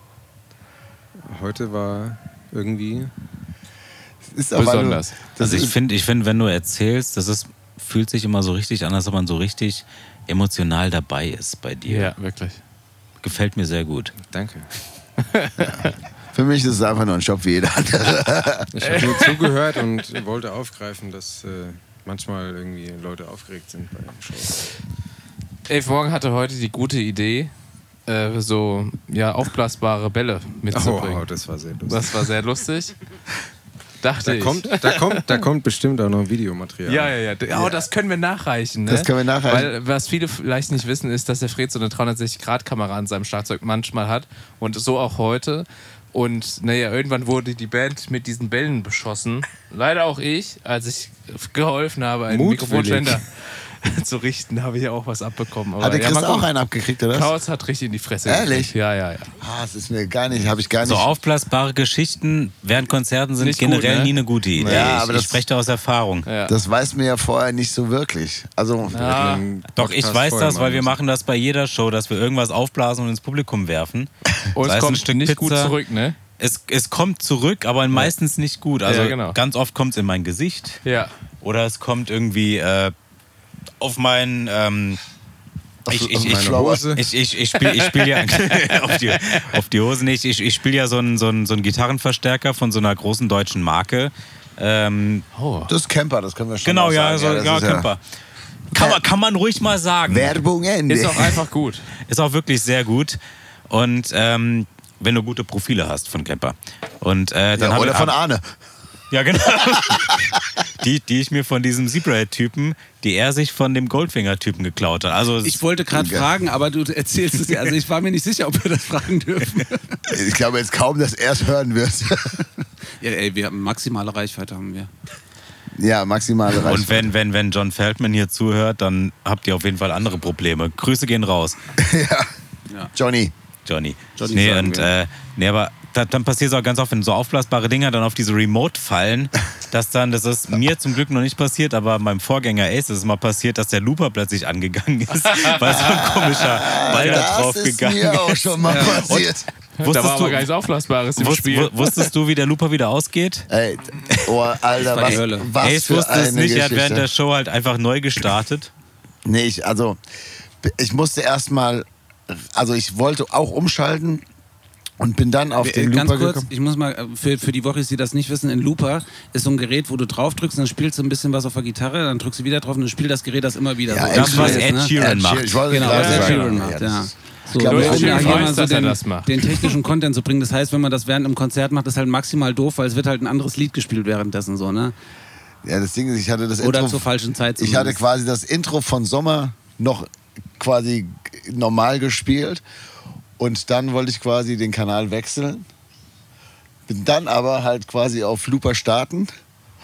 heute war irgendwie. Ist aber Besonders. Nur, das Also ich ist, finde, ich find, wenn du erzählst, das ist, fühlt sich immer so richtig an, als ob man so richtig emotional dabei ist bei dir. Ja, wirklich. Gefällt mir sehr gut. Danke. für mich ist es einfach nur ein Job wie jeder andere. Ich habe nur zugehört und wollte aufgreifen, dass äh, manchmal irgendwie Leute aufgeregt sind bei den Shows. Ey, Morgen hatte heute die gute Idee, äh, so ja, aufblasbare Bälle mitzubringen. Oh, das war sehr lustig. Das war sehr lustig. Dachte Da ich. kommt, da, kommt, da kommt bestimmt auch noch Videomaterial. Ja, ja, ja. Oh, das können wir nachreichen. Ne? Das können wir nachreichen. Weil was viele vielleicht nicht wissen, ist, dass der Fred so eine dreihundertsechzig-Grad-Kamera an seinem Schlagzeug manchmal hat. Und so auch heute. Und naja, irgendwann wurde die Band mit diesen Bällen beschossen. Leider auch ich, als ich geholfen habe, einen Mutwillig. Mikrofonständer zu richten, habe ich auch was abbekommen. Aber Hat der ja, Chris mal gucken. auch einen abgekriegt, oder was? Chaos hat richtig in die Fresse Ehrlich? gekriegt. Ja, ja, ja. Ah, das ist mir gar nicht, habe ich gar nicht. So aufblasbare Geschichten während Konzerten sind Nicht generell gut, ne? nie eine gute Idee. Ja, ich, aber ich das- spreche da aus Erfahrung. Ja. Das weiß mir ja vorher nicht so wirklich. Also, Ja. Einen Doch, ich Podcast weiß vorher das, weil wir müssen. machen das bei jeder Show, dass wir irgendwas aufblasen und ins Publikum werfen. Und Sei es es ein kommt Stück nicht gut Pizza. zurück, ne? Es, es kommt zurück, aber meistens nicht gut. Also Ja, genau. ganz oft kommt es in mein Gesicht Ja. oder es kommt irgendwie äh, auf mein... Ähm, ich, ich, auf ich, meine Hose. Ich, ich, ich spiele ich spiel ja auf, die, auf die Hose nicht. Ich, ich spiele ja so einen so einen- so einen Gitarrenverstärker von so einer großen deutschen Marke. Ähm, Oh. das ist Camper, das können wir schon genau, mal ja, sagen. so, das ja, ist Camper. Kann man, kann man ruhig mal sagen. Werbung Ende. Ist auch einfach gut. Ist auch wirklich sehr gut. Und ähm, wenn du gute Profile hast von Camper. Und, äh, dann ja, hab oder ich, von Arne. Ja, genau. die, die ich mir von diesem Zebrahead-Typen, die er sich von dem Goldfinger-Typen geklaut hat. Also, Ich wollte gerade fragen, aber du erzählst es ja. Also ich war mir nicht sicher, ob wir das fragen dürfen. Ich glaube jetzt kaum, dass er es hören wird. Ja, ey, wir haben maximale Reichweite haben wir. Ja, maximale Reichweite. und wenn, wenn, wenn John Feldman hier zuhört, dann habt ihr auf jeden Fall andere Probleme. Grüße gehen raus, Johnny. Johnny. Johnny nee, sagen und, wir. äh, nee, aber da, dann passiert es auch ganz oft, wenn so aufblasbare Dinger dann auf diese Remote fallen, dass dann, das ist mir zum Glück noch nicht passiert, aber meinem Vorgänger Ace ist es mal passiert, dass der Looper plötzlich angegangen ist, weil so ein komischer Ball da drauf das ist gegangen mir auch ist. schon mal passiert. Da war Wusstest aber du, gar nichts Aufblasbares im wusst, Spiel. wu- wusstest du, wie der Looper wieder ausgeht? Ey, oh, Alter, war die was, Hölle. was Ace für wusste es eine nicht, er hat während der Geschichte. Show halt einfach neu gestartet. Nee, ich, also, ich musste erstmal, also ich wollte auch umschalten und bin dann auf den Ganz Looper kurz, gekommen. ich muss mal, äh, für, für die Woche, die das nicht wissen, ein Looper ist so ein Gerät, wo du drauf drückst, dann spielst du ein bisschen was auf der Gitarre, dann drückst du wieder drauf und dann spielt das Gerät das immer wieder. Ja, so. Ed Das, was Ist, Ed ne? Sheeran Ed macht. Sheeran, ich wollte Genau, gerade was Ed sagen. Sheeran macht, das ja. ist- So, glaub, um ich da bin hier stolz, mal so dass er den, das macht. den technischen Content zu bringen. Das heißt, wenn man das während einem Konzert macht, ist halt maximal doof, weil es wird halt ein anderes Lied gespielt währenddessen so, ne? Ja, das Ding ist, ich hatte das Oder Intro, zur falschen Zeit ich hatte zumindest. quasi das Intro von Sommer noch quasi normal gespielt und dann wollte ich quasi den Kanal wechseln. Bin dann aber halt quasi auf Looper starten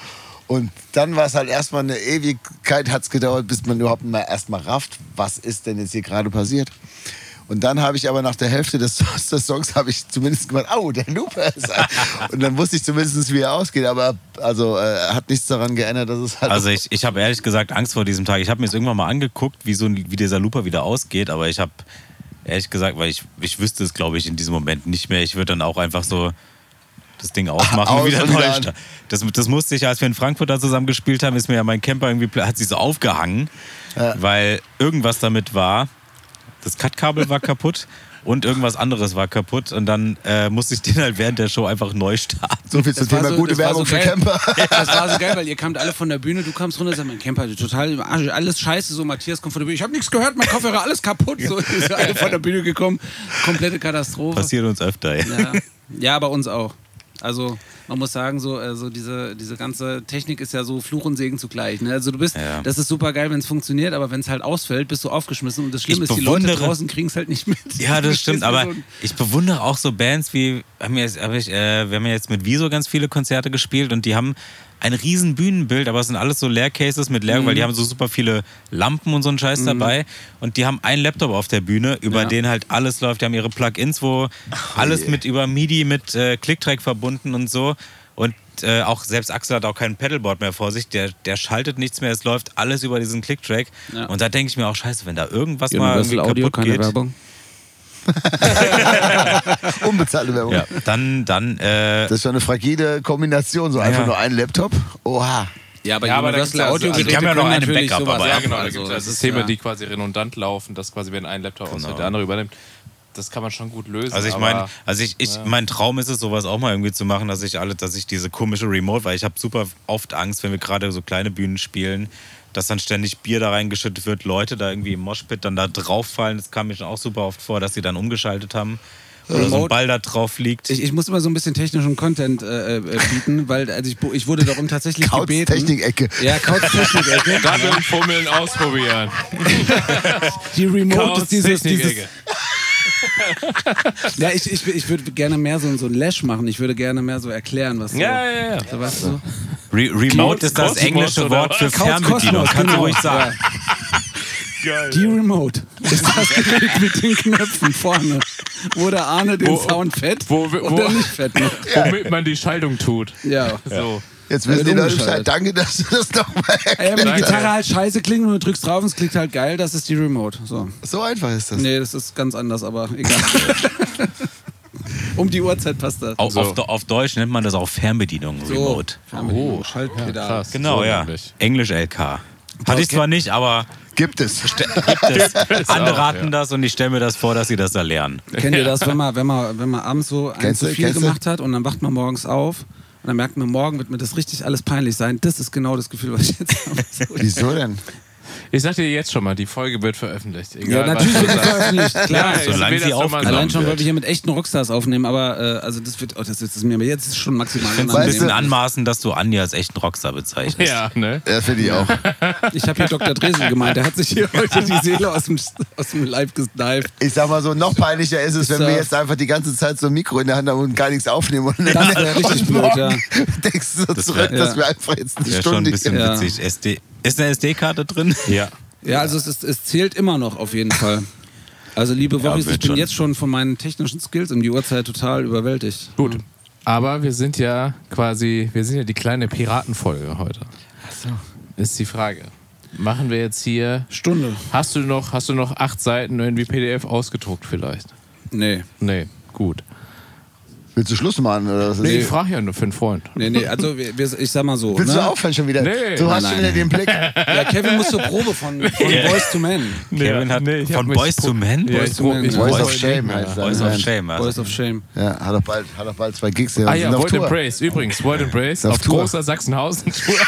Und dann war es halt erstmal eine Ewigkeit, hat es gedauert, bis man überhaupt mal erstmal rafft, was ist denn jetzt hier gerade passiert. Und dann habe ich aber nach der Hälfte des, des Songs habe ich zumindest gemacht, au, der Looper ist ein. Und dann wusste ich zumindest, wie er ausgeht. Aber also äh, hat nichts daran geändert, dass es halt... Also ich, ich habe ehrlich gesagt Angst vor diesem Tag. Ich habe mir das irgendwann mal angeguckt, wie, so, ein- wie dieser Looper wieder ausgeht. Aber ich habe ehrlich gesagt, weil ich, ich wüsste es, glaube ich, in diesem Moment nicht mehr. Ich würde dann auch einfach so das Ding ausmachen Aus und wieder und neu wieder an. starten. Das, das musste ich, als wir in Frankfurt da zusammen gespielt haben, ist mir ja mein Camper irgendwie, pl- hat sich so aufgehangen, Ja. weil irgendwas damit war. Das Cut-Kabel war kaputt und irgendwas anderes war kaputt. Und dann äh, musste ich den halt während der Show einfach neu starten. so viel zum Das war Thema so- gute das war Werbung so für geil. Camper. Das war so geil, weil ihr kamt alle von der Bühne, du kamst runter und sagst, mein Camper, total im Arsch, alles scheiße, so Matthias kommt von der Bühne, ich habe nichts gehört, mein Kopfhörer, alles kaputt, so ist alle von der Bühne gekommen, komplette Katastrophe. Passiert uns öfter. Ja. Ja. Ja, bei uns auch. Also man muss sagen, so also diese, diese ganze Technik ist ja so Fluch und Segen zugleich. Ne? Also du bist, Ja. das ist super geil, wenn es funktioniert, aber wenn es halt ausfällt, bist du aufgeschmissen und das Schlimme Ich ist, die Leute bewundere- draußen kriegen es halt nicht mit. Ja, das stimmt, Verstehst du, aber so ein- ich bewundere auch so Bands wie, haben wir, jetzt, hab ich, äh, wir haben ja jetzt mit Wieso ganz viele Konzerte gespielt und die haben ein riesen Bühnenbild, aber es sind alles so Leercases mit Leer, Mhm. weil die haben so super viele Lampen und so einen Scheiß dabei und die haben einen Laptop auf der Bühne, über Ja. den halt alles läuft, die haben ihre Plugins, wo alles je. mit über MIDI mit äh, Clicktrack verbunden und so und äh, auch selbst Axel hat auch kein Pedalboard mehr vor sich, der, der schaltet nichts mehr, es läuft alles über diesen Clicktrack Ja. und da denke ich mir auch, scheiße, wenn da irgendwas mal Universal irgendwie Audio, kaputt keine geht. Werbung. Unbezahlte Werbung. Ja, dann, dann, äh, Das ist schon eine fragile Kombination, so einfach Ja. nur ein Laptop. Oha. Ja, aber Ja, aber da Universal gibt's ja- Audio also die haben ja noch können eine natürlich Backup, sowas aber- Ja, machen. genau, da Also, gibt es ja das ist Systeme, ja- die quasi redundant laufen, dass quasi, wenn ein Laptop ausfällt, Genau. der andere übernimmt. Das kann man schon gut lösen. also ich aber- meine, also ich, ich, mein Traum ist es, sowas auch mal irgendwie zu machen, dass ich alle, dass ich diese komische Remote, weil ich habe super oft Angst, wenn wir gerade so kleine Bühnen spielen, dass dann ständig Bier da reingeschüttet wird, Leute da irgendwie im Moshpit dann da drauf fallen. Das kam mir schon auch super oft vor, dass sie dann umgeschaltet haben. Oder so ein Remote- Ball da drauf liegt. Ich, ich muss immer so ein bisschen technischen Content äh, äh, bieten, weil also ich, ich wurde darum tatsächlich gebeten. Couch-Technik-Ecke. Ja, Couch-Technik-Ecke. Daddeln, fummeln, ausprobieren. Die Remote ist dieses, dieses Technik-Ecke. ja, ich, ich, ich würde gerne mehr so, so ein Lash machen. Ich würde gerne mehr so erklären, was so, Ja, ja, ja. so weißt du? Re Remote Couch- ist das Kosmos englische oder Wort für was? Fernbedienung. Kosmos, Kannst du genau. ruhig sagen. Geil. Die Remote ist das Gerät mit den Knöpfen vorne, wo der Arne den Wo- Sound fett wo- wo- oder nicht fett macht. Womit man die Schaltung tut. Ja. So. Jetzt wissen Wird die Leute umgeschaltet. Bescheid. Danke, dass du das nochmal Ja, wenn die Danke. Gitarre halt scheiße klingt und du drückst drauf und es klingt halt geil, das ist die Remote. So. So einfach ist das. Nee, das ist ganz anders, aber egal. Um die Uhrzeit passt das. Auf, So. auf, auf Deutsch nennt man das auch Fernbedienung, Remote. Fernbedienung, Schaltpedal. krass. Genau, So ja. nämlich. Englisch L K. Hatte ich zwar nicht, aber Gibt es. das, andere auch, hatten ja. das und ich stelle mir das vor, dass sie das da lernen. Kennt ihr das, wenn man, wenn man, wenn man abends so ein Kennst zu du, viel kennst du? gemacht hat und dann wacht man morgens auf und dann merkt man, morgen wird mir das richtig alles peinlich sein. Das ist genau das Gefühl, was ich jetzt habe. So. Wieso denn? Ich sag dir jetzt schon mal, die Folge wird veröffentlicht. Ja, Egal, natürlich was wird du das sagst. veröffentlicht, klar. Ja, ich Solange will sie das nur mal aufgenommen sagen. Allein schon, wird. weil wir hier mit echten Rockstars aufnehmen, aber äh, also das wird, oh, das, das ist mir, jetzt ist schon maximal Ich finde es ein Weißt bisschen du- anmaßen, dass du Anja als echten Rockstar bezeichnest. Ja, ne? Das finde ich auch. Ich habe hier Doktor Dresel gemeint, der hat sich hier heute die Seele aus dem, aus dem Leib gesniped. Ich sag mal so, noch peinlicher ist es, wenn Ist wir das- jetzt einfach die ganze Zeit so ein Mikro in der Hand haben und gar nichts aufnehmen. Und Das wäre richtig und blöd, ja. morgen denkst du so Das zurück, wär- dass ja. wir einfach jetzt eine Wäre schon ein Stunde... bisschen Ja. witzig. S D ist eine S D-Karte drin? Ja. Ja, also es, ist, es zählt immer noch auf jeden Fall. Also liebe Wochis, wird ich bin schon. jetzt schon von meinen technischen Skills um die Uhrzeit total überwältigt. Gut. Aber wir sind ja quasi, wir sind ja die kleine Piratenfolge heute. Ach so. Ist die Frage. Machen wir jetzt hier. Stunde. Hast du noch, hast du noch acht Seiten irgendwie P D F ausgedruckt vielleicht? Nee. Nee, gut. Willst du Schluss machen? Oder was ist Nee, das? ich frage ja nur für einen Freund. Nee, nee, also wir, wir, ich sag mal so. Willst ne? du aufhören schon wieder? Nee. du hast Nein, schon wieder nein. den Blick. Ja, Kevin muss zur Probe von, von Boys to Men. Kevin hat Nee, ich hab von mich Boys pro- to Men? Ja, Boys ich to pro- Men, ich ja. pro- Boys of nicht Shame mehr. heißt das. Boys of Shame. Boys Also. of Shame. Ja, hat doch bald, hat doch bald zwei Gigs. Ja, Ah sind ja, auf Void and Tour. Praise. Übrigens, Void and Praise Auf auf Tour. großer Sachsenhausen-Tour.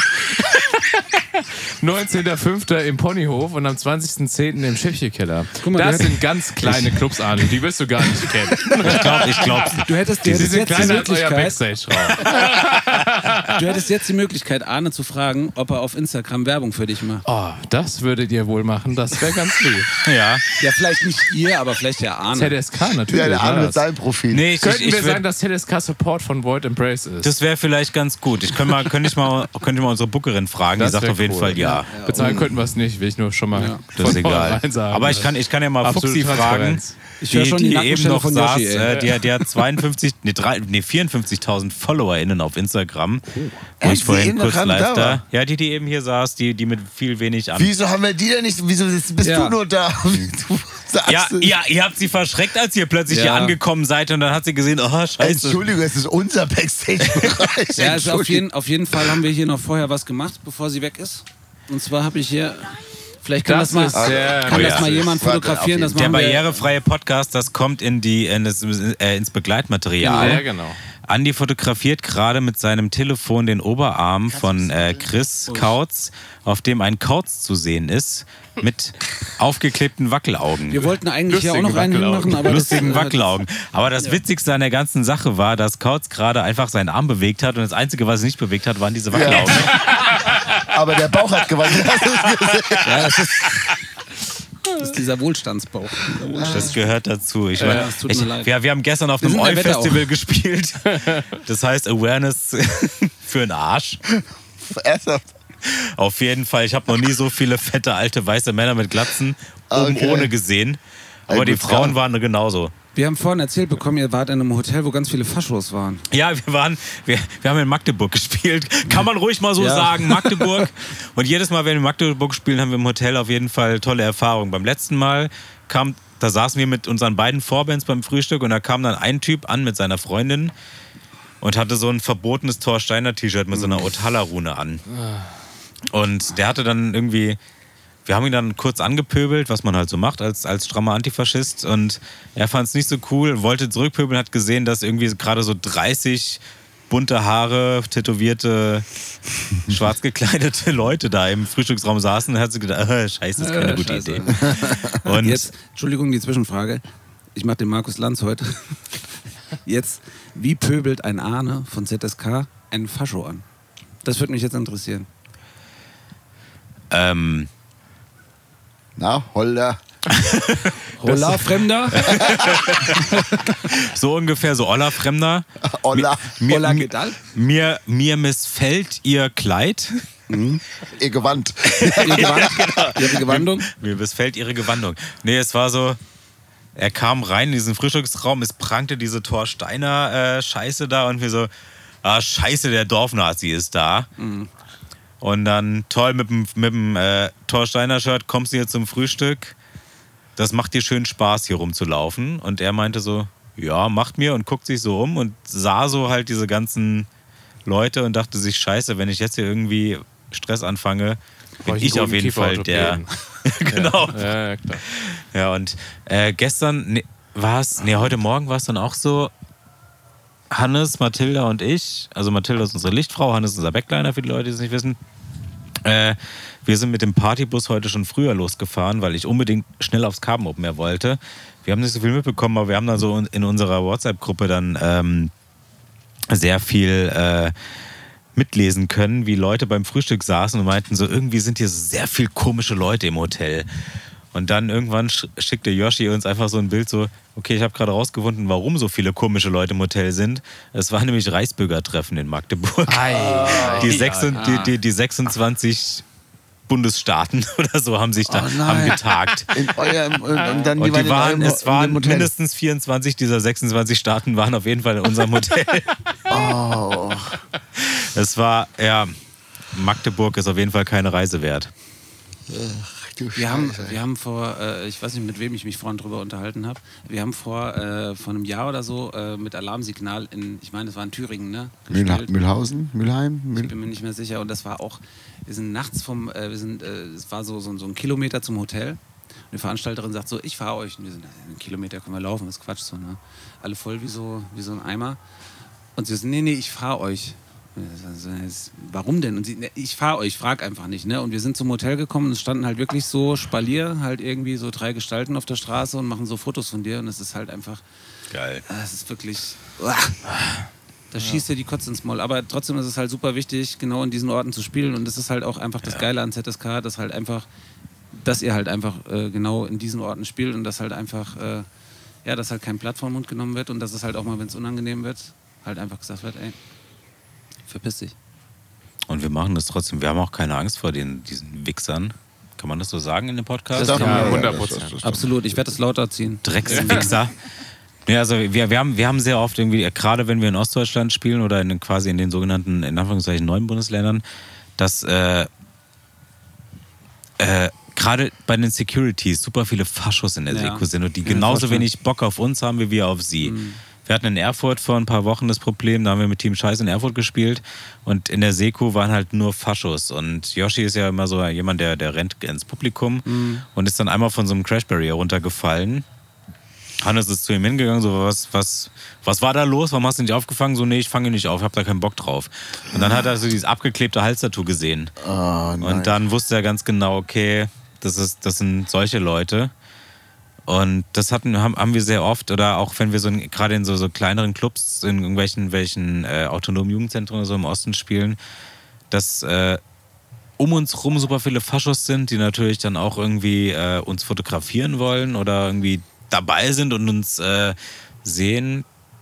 neunzehnter fünfter im Ponyhof und am zwanzigsten zehnten im Schiffchekeller. Guck mal, Das du sind ganz kleine Clubs, Arne. Die wirst du gar nicht kennen. Ich glaube, ich glaube, Du hättest, du Die hättest sind jetzt die kleiner als euer Möglichkeit, Backstage-Raum. Du hättest jetzt die Möglichkeit, Arne zu fragen, ob er auf Instagram Werbung für dich macht. Oh, das würdet ihr wohl machen, das wäre ganz lieb. Ja. Ja, vielleicht nicht ihr, aber vielleicht der Arne. Z S K natürlich. Ja, der Arne war mit das. seinem Profil. Nee, ich, Könnten ich, ich wir würd, sagen, dass Z S K Support von Void Embrace ist? das wäre vielleicht ganz gut. Ich könnte mal, könnte ich mal, könnte ich mal unsere Bookerin fragen, Das die sagt wär auf jeden cool. Fall ja. Bezahlen könnten wir es nicht, will ich nur schon mal Ja. Das ist von egal. vornherein sagen. Aber ich kann, ich kann ja mal Absolute Fuchsi fragen, Transparenz. Ich höre die, schon die die eben Nackenstelle noch von saß, Yoshi, ey. äh, der, der zweiundfünfzig, nee, drei, nee vierundfünfzigtausend FollowerInnen auf Instagram, wo Echt? ich vorhin Die eben kurz noch live da da, war? ja, die, die eben hier saß, die, die mit viel wenig an. Wieso haben wir die denn nicht? Wieso bist Ja. du nur da? Du sagst Ja, es. ja, ihr habt sie verschreckt, als ihr plötzlich Ja. hier angekommen seid und dann hat sie gesehen, oh, scheiße. Entschuldigung, es ist unser Backstage-Bereich. Ja, also auf, Entschuldigung. jeden, auf jeden Fall haben wir hier noch vorher was gemacht, bevor sie weg ist. Und zwar habe ich hier, vielleicht kann das, Das mal, ist sehr kann gut. das mal jemand Warte, fotografieren. auf Das Der machen wir, barrierefreie Podcast, das kommt in die, in das, äh, ins Begleitmaterial. Ja, genau. Andi fotografiert gerade mit seinem Telefon den Oberarm von äh, Chris Kautz, auf dem ein Kautz zu sehen ist, mit aufgeklebten Wackelaugen. wir wollten eigentlich ja auch Lustige noch einen Wackelaugen. hinmachen, aber Lustigen das, äh, Wackelaugen. Aber das Witzigste an der ganzen Sache war, dass Kautz gerade einfach seinen Arm bewegt hat und das Einzige, was er nicht bewegt hat, waren diese Wackelaugen. Aber der Bauch hat gewonnen. Hast du es gesehen? Ja, das ist, das ist dieser Wohlstandsbauch. Das gehört dazu. Ich Ja, mein, es tut ich, mir leid. wir, wir haben gestern auf Wir einem sind der Wetter Oi-Festival gespielt. Das heißt Awareness für den Arsch. Ernsthaft? Auf jeden Fall. Ich habe noch nie so viele fette, alte, weiße Männer mit Glatzen oben Okay. ohne gesehen. Aber Ja, die gut, Frauen ja. waren genauso. Wir haben vorhin erzählt bekommen, ihr wart in einem Hotel, wo ganz viele Faschos waren. Ja, wir waren, wir, wir haben in Magdeburg gespielt. Kann man ruhig mal so Ja. sagen, Magdeburg. Und jedes Mal, wenn wir in Magdeburg spielen, haben wir im Hotel auf jeden Fall tolle Erfahrungen. Beim letzten Mal kam, da saßen wir mit unseren beiden Vorbands beim Frühstück und da kam dann ein Typ an mit seiner Freundin und hatte so ein verbotenes Thor Steiner T-Shirt mit so einer Otala-Rune an. Und der hatte dann irgendwie, wir haben ihn dann kurz angepöbelt, was man halt so macht als, als strammer Antifaschist. Und er fand es nicht so cool, wollte zurückpöbeln, hat gesehen, dass irgendwie gerade so dreißig bunte Haare, tätowierte, schwarz gekleidete Leute da im Frühstücksraum saßen und hat sich gedacht, äh, scheiße, das ist keine Äh, gute scheiße. Idee. Und Jetzt, Entschuldigung, die Zwischenfrage. Ich mache den Markus Lanz heute. Jetzt, wie pöbelt ein Arne von Z S K einen Fascho an? Das würde mich jetzt interessieren. ähm, Na, Holder. Holla, Fremder. so ungefähr, so Olla Fremder. Olla. Mir, Holla, mir, geht all? mir, mir missfällt ihr Kleid. Ihr Gewand. Ihr Gewand, Ihre Gewandung. Mir missfällt ihre Gewandung. Nee, es war so, er kam rein in diesen Frühstücksraum, es prangte diese Thor Steiner äh, Scheiße da und wir so, ah, scheiße, der Dorfnazi ist da. Mhm. Und dann, toll, mit dem, mit dem äh, Thor Steiner Shirt kommst du hier zum Frühstück. Das macht dir schön Spaß, hier rumzulaufen. Und er meinte so, ja, macht mir, und guckt sich so um und sah so halt diese ganzen Leute und dachte sich, scheiße, wenn ich jetzt hier irgendwie Stress anfange, bin Brauch ich, einen auf jeden guten Fall der... genau. Ja, ja, klar. Ja, und äh, gestern nee, war es, nee, heute Morgen war es dann auch so, Hannes, Mathilda und ich, also Mathilda ist unsere Lichtfrau, Hannes ist unser Backliner, für die Leute, die es nicht wissen. Äh, wir sind mit dem Partybus heute schon früher losgefahren, weil ich unbedingt schnell aufs Carbon Open Air wollte. Wir haben nicht so viel mitbekommen, aber wir haben dann so in unserer WhatsApp-Gruppe dann ähm, sehr viel äh, mitlesen können, wie Leute beim Frühstück saßen und meinten so, irgendwie sind hier sehr viel komische Leute im Hotel. Und dann irgendwann sch- schickte Yoshi uns einfach so ein Bild so, okay, ich habe gerade rausgefunden, warum so viele komische Leute im Hotel sind. Es war nämlich Reichsbürgertreffen in Magdeburg. die, sechsund- die, die, die sechsundzwanzig Bundesstaaten oder so haben sich da Oh nein. haben getagt. In eurem, und dann Und die waren, in eurem, es waren in dem Hotel. mindestens vierundzwanzig dieser sechsundzwanzig Staaten waren auf jeden Fall in unserem Hotel. Oh. Es war, ja, Magdeburg ist auf jeden Fall keine Reise wert. Wir haben, wir haben vor, äh, ich weiß nicht, mit wem ich mich vorhin drüber unterhalten habe, wir haben vor, äh, vor einem Jahr oder so äh, mit Alarmsignal in, ich meine, es war in Thüringen, ne? Mühl, gespielt. Mühlhausen? Mülheim? Ich Mühl bin mir nicht mehr sicher. Und das war auch, wir sind nachts vom, äh, wir sind, äh, es war so, so, so ein Kilometer zum Hotel. Und die Veranstalterin sagt so, ich fahre euch. Und wir sind, einen Kilometer können wir laufen, das ist Quatsch so, ne? Alle voll wie so, wie so ein Eimer. Und sie so, nee, nee, ich fahre euch. Also, warum denn? Und sie, ne, ich fahre euch, frag einfach nicht. Ne? Und wir sind zum Hotel gekommen und es standen halt wirklich so Spalier, halt irgendwie so drei Gestalten auf der Straße und machen so Fotos von dir. Und es ist halt einfach, Geil. es ist wirklich, uah. Da schießt dir die Kotze ins Maul. Aber trotzdem ist es halt super wichtig, genau in diesen Orten zu spielen. Und das ist halt auch einfach das ja. Geile an Z S K, dass halt einfach, dass ihr halt einfach äh, genau in diesen Orten spielt und dass halt einfach, äh, ja, dass halt kein Blatt vom Mund genommen wird und dass es halt auch mal, wenn es unangenehm wird, halt einfach gesagt wird, ey, verpiss dich. Und wir machen das trotzdem. Wir haben auch keine Angst vor den, diesen Wichsern. Kann man das so sagen in dem Podcast? Das ja, ja, ja, hundert Prozent. Absolut, ich werde es lauter ziehen. Dreckswichser. Ja, also wir, wir, haben, wir haben sehr oft irgendwie, gerade wenn wir in Ostdeutschland spielen oder in, quasi in den sogenannten, in Anführungszeichen, neuen Bundesländern, dass äh, äh, gerade bei den Securities super viele Faschos in der Ja. Seko sind und die Ja, genauso vorstellen. wenig Bock auf uns haben wie wir auf sie. Mhm. Wir hatten in Erfurt vor ein paar Wochen das Problem, da haben wir mit Team Scheiß in Erfurt gespielt und in der Seko waren halt nur Faschos und Yoshi ist ja immer so jemand, der, der rennt ins Publikum Mhm. und ist dann einmal von so einem Crash Barrier runtergefallen. Hannes ist zu ihm hingegangen, so, was, was, was war da los? Warum hast du nicht aufgefangen? So, nee, ich fange nicht auf, ich hab da keinen Bock drauf. Und dann hat er so dieses abgeklebte Halstattoo gesehen. Oh, nein. Und dann wusste er ganz genau, okay, das, ist, das sind solche Leute. Und das hatten, haben, haben wir sehr oft, oder auch wenn wir so in, gerade in so, so kleineren Clubs, in irgendwelchen welchen, äh, autonomen Jugendzentren oder so im Osten spielen, dass äh, um uns rum super viele Faschos sind, die natürlich dann auch irgendwie äh, uns fotografieren wollen oder irgendwie dabei sind und uns äh, sehen.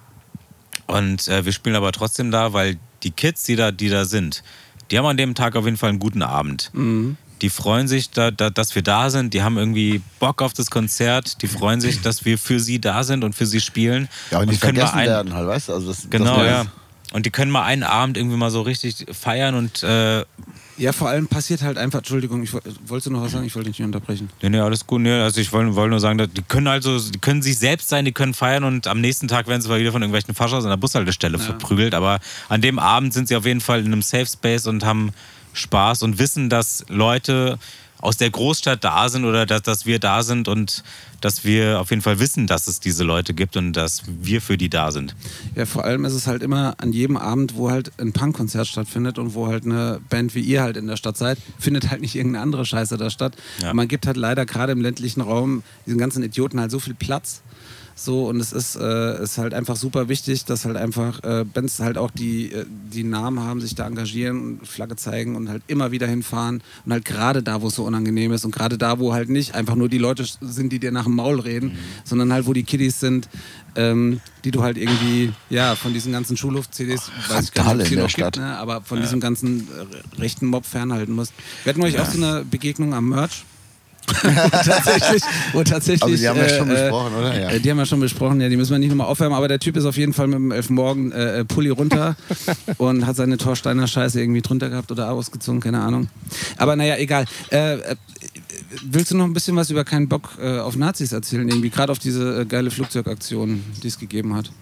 Und äh, wir spielen aber trotzdem da, weil die Kids, die da, die da sind, die haben an dem Tag auf jeden Fall einen guten Abend. Mhm. Die freuen sich, da, da, dass wir da sind. Die haben irgendwie Bock auf das Konzert. Die freuen sich, dass wir für sie da sind und für sie spielen. Ja, und die können vergessen mal ein, werden halt, weißt du? Also das, Genau, das ja. Und die können mal einen Abend irgendwie mal so richtig feiern und äh, Ja, vor allem passiert halt einfach, Entschuldigung, ich, wolltest du noch was sagen? Ich wollte dich nicht unterbrechen. nee, nee, alles gut. Nee, also ich wollte wollt nur sagen, dass die können also, die können sich selbst sein, die können feiern und am nächsten Tag werden sie mal wieder von irgendwelchen Faschos an der Bushaltestelle Ja. verprügelt. Aber an dem Abend sind sie auf jeden Fall in einem Safe Space und haben Spaß und wissen, dass Leute aus der Großstadt da sind oder dass, dass wir da sind und dass wir auf jeden Fall wissen, dass es diese Leute gibt und dass wir für die da sind. Ja, vor allem ist es halt immer an jedem Abend, wo halt ein Punkkonzert stattfindet und wo halt eine Band wie ihr halt in der Stadt seid, findet halt nicht irgendeine andere Scheiße da statt. Ja. Und man gibt halt leider gerade im ländlichen Raum diesen ganzen Idioten halt so viel Platz. So, und es ist, äh, ist halt einfach super wichtig, dass halt einfach äh, Bands halt auch die, äh, die Namen haben, sich da engagieren und Flagge zeigen und halt immer wieder hinfahren. Und halt gerade da, wo es so unangenehm ist und gerade da, wo halt nicht einfach nur die Leute sind, die dir nach dem Maul reden, mhm. sondern halt, wo die Kiddies sind, ähm, die du halt irgendwie, ja, von diesen ganzen Schulhof-C Ds, weiß ich gar nicht, ob es die noch gibt, ne? Aber von ja. diesem ganzen äh, rechten Mob fernhalten musst. Wir hatten euch ja. auch so eine Begegnung am Merch. wo tatsächlich, wo tatsächlich also die haben wir ja schon äh, besprochen, oder? Ja. Äh, die haben wir schon besprochen, ja, die müssen wir nicht nochmal aufwärmen, aber der Typ ist auf jeden Fall mit dem Elfmorgen äh, Pulli runter und hat seine Torsteiner Scheiße irgendwie drunter gehabt oder ausgezogen, keine Ahnung. Aber naja, egal. Äh, äh, willst du noch ein bisschen was über keinen Bock äh, auf Nazis erzählen, irgendwie, gerade auf diese äh, geile Flugzeugaktion, die es gegeben hat?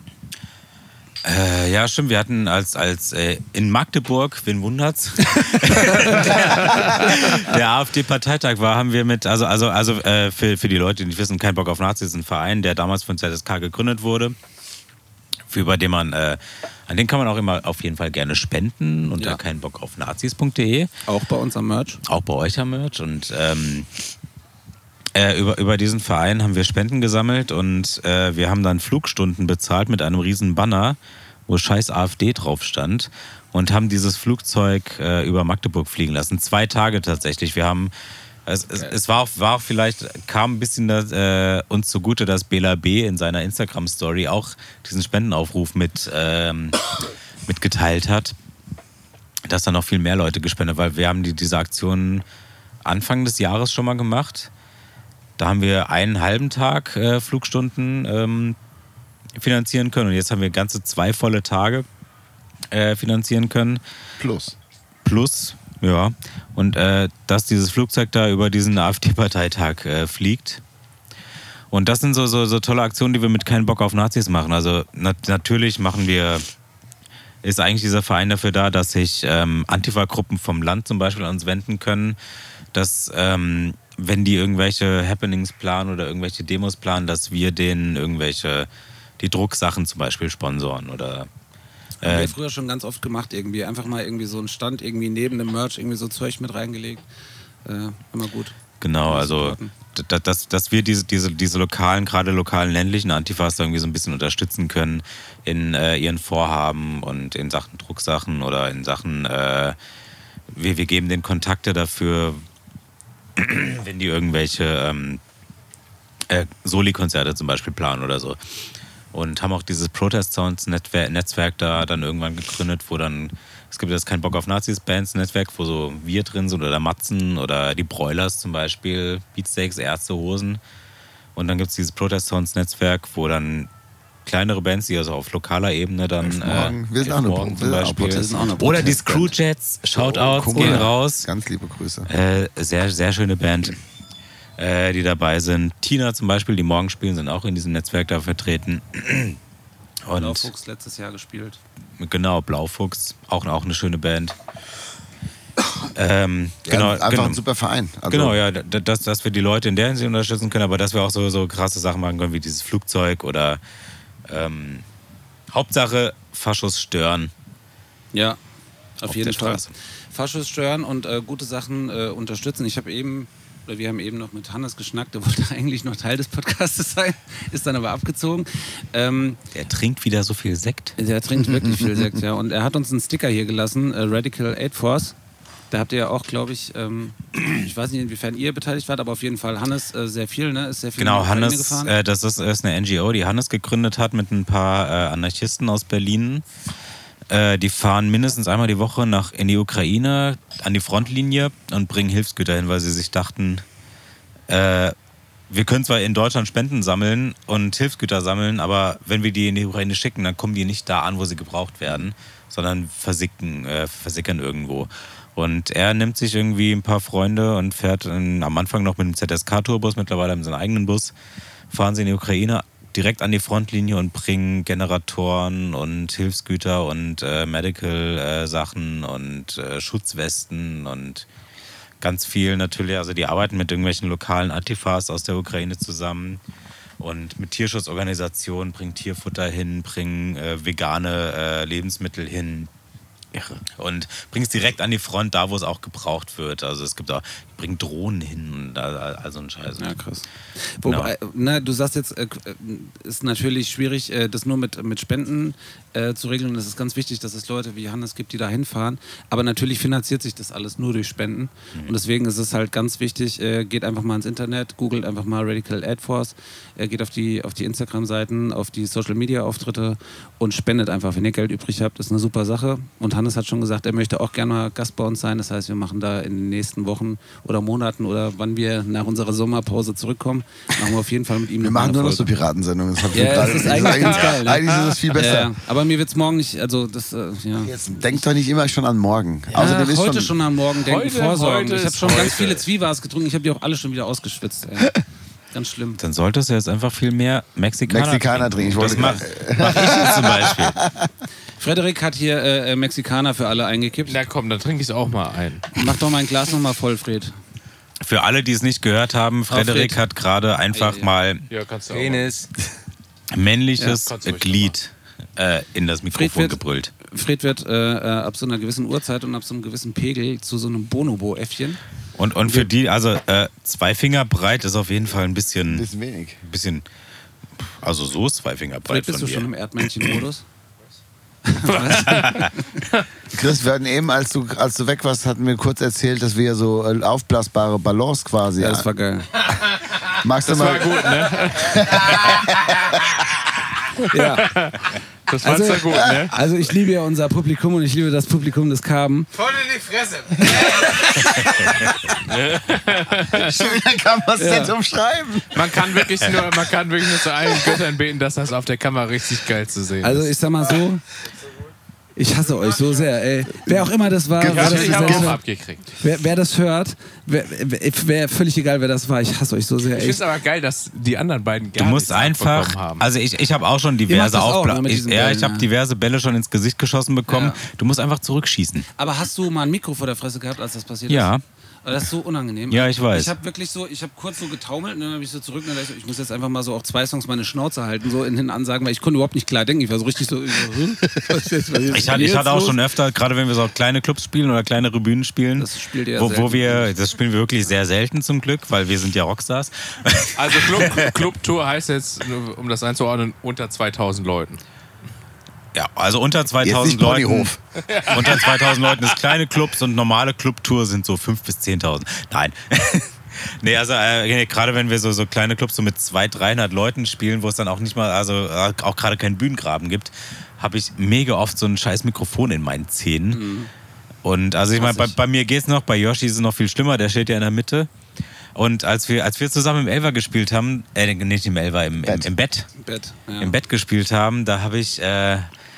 Äh, ja, stimmt. Wir hatten als, als äh, in Magdeburg, wen wundert's, der AfD-Parteitag war, haben wir mit, also, also, also äh, für, für die Leute, die nicht wissen, kein Bock auf Nazis ist ein Verein, der damals von Z S K gegründet wurde, für über den man, äh, an den kann man auch immer auf jeden Fall gerne spenden unter Ja. kein Bock auf Nazis punkt de. Auch bei uns am Merch. Auch bei euch am Merch und ähm, Äh, über, über diesen Verein haben wir Spenden gesammelt und äh, wir haben dann Flugstunden bezahlt mit einem riesen Banner, wo scheiß AfD drauf stand und haben dieses Flugzeug äh, über Magdeburg fliegen lassen. Zwei Tage tatsächlich. Wir haben, es, es, es war, auch, war auch vielleicht, kam ein bisschen das, äh, uns zugute, dass Bela B. in seiner Instagram-Story auch diesen Spendenaufruf mit, ähm, mitgeteilt hat, dass dann noch viel mehr Leute gespendet, weil wir haben die, diese Aktion Anfang des Jahres schon mal gemacht. Da haben wir einen halben Tag äh, Flugstunden ähm, finanzieren können und jetzt haben wir ganze zwei volle Tage äh, finanzieren können. Plus. Plus, ja. Und äh, dass dieses Flugzeug da über diesen AfD-Parteitag äh, fliegt. Und das sind so, so, so tolle Aktionen, die wir mit keinen Bock auf Nazis machen. Also nat- natürlich machen wir, ist eigentlich dieser Verein dafür da, dass sich ähm, Antifa-Gruppen vom Land zum Beispiel an uns wenden können, dass ähm, wenn die irgendwelche Happenings planen oder irgendwelche Demos planen, dass wir denen irgendwelche, die Drucksachen zum Beispiel sponsoren oder... Äh, haben wir Äh, früher schon ganz oft gemacht irgendwie. Einfach mal irgendwie so einen Stand irgendwie neben dem Merch irgendwie so Zeug mit reingelegt. Äh, immer gut. Genau, also d- dass, dass wir diese, diese, diese lokalen, gerade lokalen ländlichen Antifas irgendwie so ein bisschen unterstützen können in äh, ihren Vorhaben und in Sachen Drucksachen oder in Sachen, äh, wir, wir geben denen Kontakte dafür, wenn die irgendwelche ähm, äh, Soli-Konzerte zum Beispiel planen oder so. Und haben auch dieses Protest Sounds Netzwerk, Netzwerk da dann irgendwann gegründet, wo dann, es gibt das Kein Bock auf Nazis Bands Netzwerk, wo so wir drin sind oder Matzen oder die Broilers zum Beispiel, Beatsteaks, Ärzte, Hosen. Und dann gibt es dieses Protest Sounds Netzwerk, wo dann kleinere Bands, die also auf lokaler Ebene dann Morgen. äh, Wir sind auch eine Morgen Pro- zum wir sind auch Beispiel. Protest- auch eine Oder die Protestband. Screwjets, Shoutouts, Oh, gehen cool. raus. Ganz liebe Grüße. Äh, sehr, sehr schöne Band, äh, die dabei sind. Tina zum Beispiel, die morgen spielen, sind auch in diesem Netzwerk da vertreten. Und Blaufuchs letztes Jahr gespielt. genau, Blaufuchs, auch, auch eine schöne Band. Ähm, genau, Ja, einfach genau. ein super Verein. Also, Genau, ja, d- dass, dass wir die Leute in der Hinsicht unterstützen können, aber dass wir auch so, so krasse Sachen machen können, wie dieses Flugzeug oder ähm, Hauptsache Faschos stören. Ja, auf, Auf jeden der Fall. Straße. Faschos stören und äh, gute Sachen äh, unterstützen. Ich habe eben, oder wir haben eben noch mit Hannes geschnackt, der wollte eigentlich noch Teil des Podcastes sein, ist dann aber abgezogen. Ähm, Der trinkt wieder so viel Sekt. der trinkt wirklich viel Sekt, ja. Und er hat uns einen Sticker hier gelassen, äh, Radical Aid Force. Da habt ihr ja auch, glaube ich, ähm, ich weiß nicht, inwiefern ihr beteiligt wart, aber auf jeden Fall Hannes äh, sehr viel, ne? Ist sehr viel Genau, in die Ukraine Hannes, gefahren. äh, das ist, ist eine N G O, die Hannes gegründet hat mit ein paar äh, Anarchisten aus Berlin. Äh, die fahren mindestens einmal die Woche nach in die Ukraine, an die Frontlinie und bringen Hilfsgüter hin, weil sie sich dachten, äh, wir können zwar in Deutschland Spenden sammeln und Hilfsgüter sammeln, aber wenn wir die in die Ukraine schicken, dann kommen die nicht da an, wo sie gebraucht werden, sondern versicken, äh, versickern irgendwo. Und er nimmt sich irgendwie ein paar Freunde und fährt in, am Anfang noch mit dem Z S K-Tourbus, mittlerweile haben sie einen eigenen Bus, fahren sie in die Ukraine direkt an die Frontlinie und bringen Generatoren und Hilfsgüter und äh, Medical-Sachen und äh, Schutzwesten und ganz viel natürlich. Also die arbeiten mit irgendwelchen lokalen Antifas aus der Ukraine zusammen und mit Tierschutzorganisationen, bringen Tierfutter hin, bringen äh, vegane äh, Lebensmittel hin. Irre. Und bringen es direkt an die Front, da wo es auch gebraucht wird. Also es gibt auch, die bringen Drohnen hin und all, all so ein Scheiß. Ja, krass. Wobei, na, du sagst jetzt, äh, ist natürlich schwierig, äh, das nur mit, mit Spenden äh, zu regeln. Das ist ganz wichtig, dass es Leute wie Hannes gibt, die da hinfahren. Aber natürlich finanziert sich das alles nur durch Spenden. Mhm. Und deswegen ist es halt ganz wichtig, äh, geht einfach mal ins Internet, googelt einfach mal Radical Aid Force, äh, geht auf die, auf die Instagram-Seiten, auf die Social-Media-Auftritte und spendet einfach. Wenn ihr Geld übrig habt, ist eine super Sache. Und Hannes hat schon gesagt, er möchte auch gerne mal Gast bei uns sein. Das heißt, wir machen da in den nächsten Wochen oder Monaten oder wann wir nach unserer Sommerpause zurückkommen, machen wir auf jeden Fall mit ihm Wir eine machen nur noch so Folge. Piratensendungen. Das Ja, das ist eigentlich ganz geil, ne? Eigentlich ist es viel besser. Ja, aber mir wird es morgen nicht, also das, äh, ja. Jetzt denkt doch nicht immer schon an morgen. Ja, Außerdem ist heute schon, schon am Morgen denken, Heute- vorsorgen. heute Ich habe ist schon ganz heute. viele Zwivas getrunken, ich habe die auch alle schon wieder ausgeschwitzt. Ey. Ganz schlimm. Dann solltest du jetzt einfach viel mehr Mexikaner, Mexikaner trinken. Ich wollte Das mache mach ich jetzt zum Beispiel. Frederik hat hier äh, Mexikaner für alle eingekippt. Na komm, dann trinke ich es auch mal ein. Mach doch mein Glas nochmal voll, Fred. Für alle, die es nicht gehört haben, Frederik Fred. hat gerade einfach Ja, ja. mal Ja, kannst du auch. Penis. männliches Ja, kannst du ruhig Glied äh, in das Mikrofon Fred wird- gebrüllt. Fred wird äh, äh, ab so einer gewissen Uhrzeit und ab so einem gewissen Pegel zu so einem Bonobo-Äffchen. Und, und für die, also äh, zwei Finger breit ist auf jeden Fall ein bisschen, ein bisschen wenig. bisschen also so ist zwei Finger breit Fred, bist von du schon dir. im Erdmännchen-Modus? Chris, wir hatten eben, als du, als du weg warst, hatten wir kurz erzählt, dass wir so äh, aufblasbare Ballons quasi. Ja, das war geil. Magst du Das mal? war gut, ne? Ja. Das fandst Also, du gut, ne? also ich liebe ja unser Publikum und ich liebe das Publikum des Kaben. Voll in die Fresse. Schon wieder kann man es nicht umschreiben. Man kann wirklich nur, man kann wirklich nur zu allen Göttern beten, dass das auf der Kamera richtig geil zu sehen Also ist. ich sag mal so, ich hasse euch so sehr, ey. Wer auch immer das war, Ich wer Ich das, habe hab auch gesagt hat, abgekriegt. wer, wer das hört, wer, wer, wer, völlig egal, wer das war, ich hasse euch so sehr, Ich ey. finde es aber geil, dass die anderen beiden gar Du musst nichts einfach, abbekommen haben. also ich, ich habe auch schon macht diverse das auch, Aufbla ne, mit ich, diesen Ja, Bällen, ich habe ja. diverse Bälle schon ins Gesicht geschossen bekommen. Ja. Du musst einfach zurückschießen. Aber hast du mal ein Mikro vor der Fresse gehabt, als das passiert Ja. ist? Aber das ist so unangenehm. Ja, ich weiß. Ich habe wirklich so, ich habe kurz so getaumelt und dann habe ich so zurück und dann dachte ich, so, ich muss jetzt einfach mal so auch zwei Songs meine Schnauze halten, so in den Ansagen, weil ich konnte überhaupt nicht klar denken. Ich war so richtig so, hm? was ist jetzt, was ist Ich hatte, ich hatte auch los? schon öfter, gerade wenn wir so kleine Clubs spielen oder kleinere Bühnen spielen, Das spielt ihr ja wo, selten. wo wir, das spielen wir wirklich sehr selten zum Glück, weil wir sind ja Rockstars. Also Club, Clubtour heißt jetzt, nur um das einzuordnen, unter zweitausend Leuten. Ja, also unter Jetzt zweitausend nicht Leuten. Ponyhof. Unter zweitausend Leuten ist kleine Clubs und normale Clubtour sind so fünftausend bis zehntausend. Nein. Nee, also äh, gerade wenn wir so, so kleine Clubs so mit zweihundert, dreihundert Leuten spielen, wo es dann auch nicht mal, also äh, auch gerade keinen Bühnengraben gibt, habe ich mega oft so ein scheiß Mikrofon in meinen Zähnen. Mhm. Und also ich meine, bei, bei mir geht's noch, bei Yoshi ist es noch viel schlimmer, der steht ja in der Mitte. Und als wir, als wir zusammen im Elfer gespielt haben, äh, nicht im Elfer, im, im, im Bett, Im Bett, ja. im Bett gespielt haben, da habe ich, äh,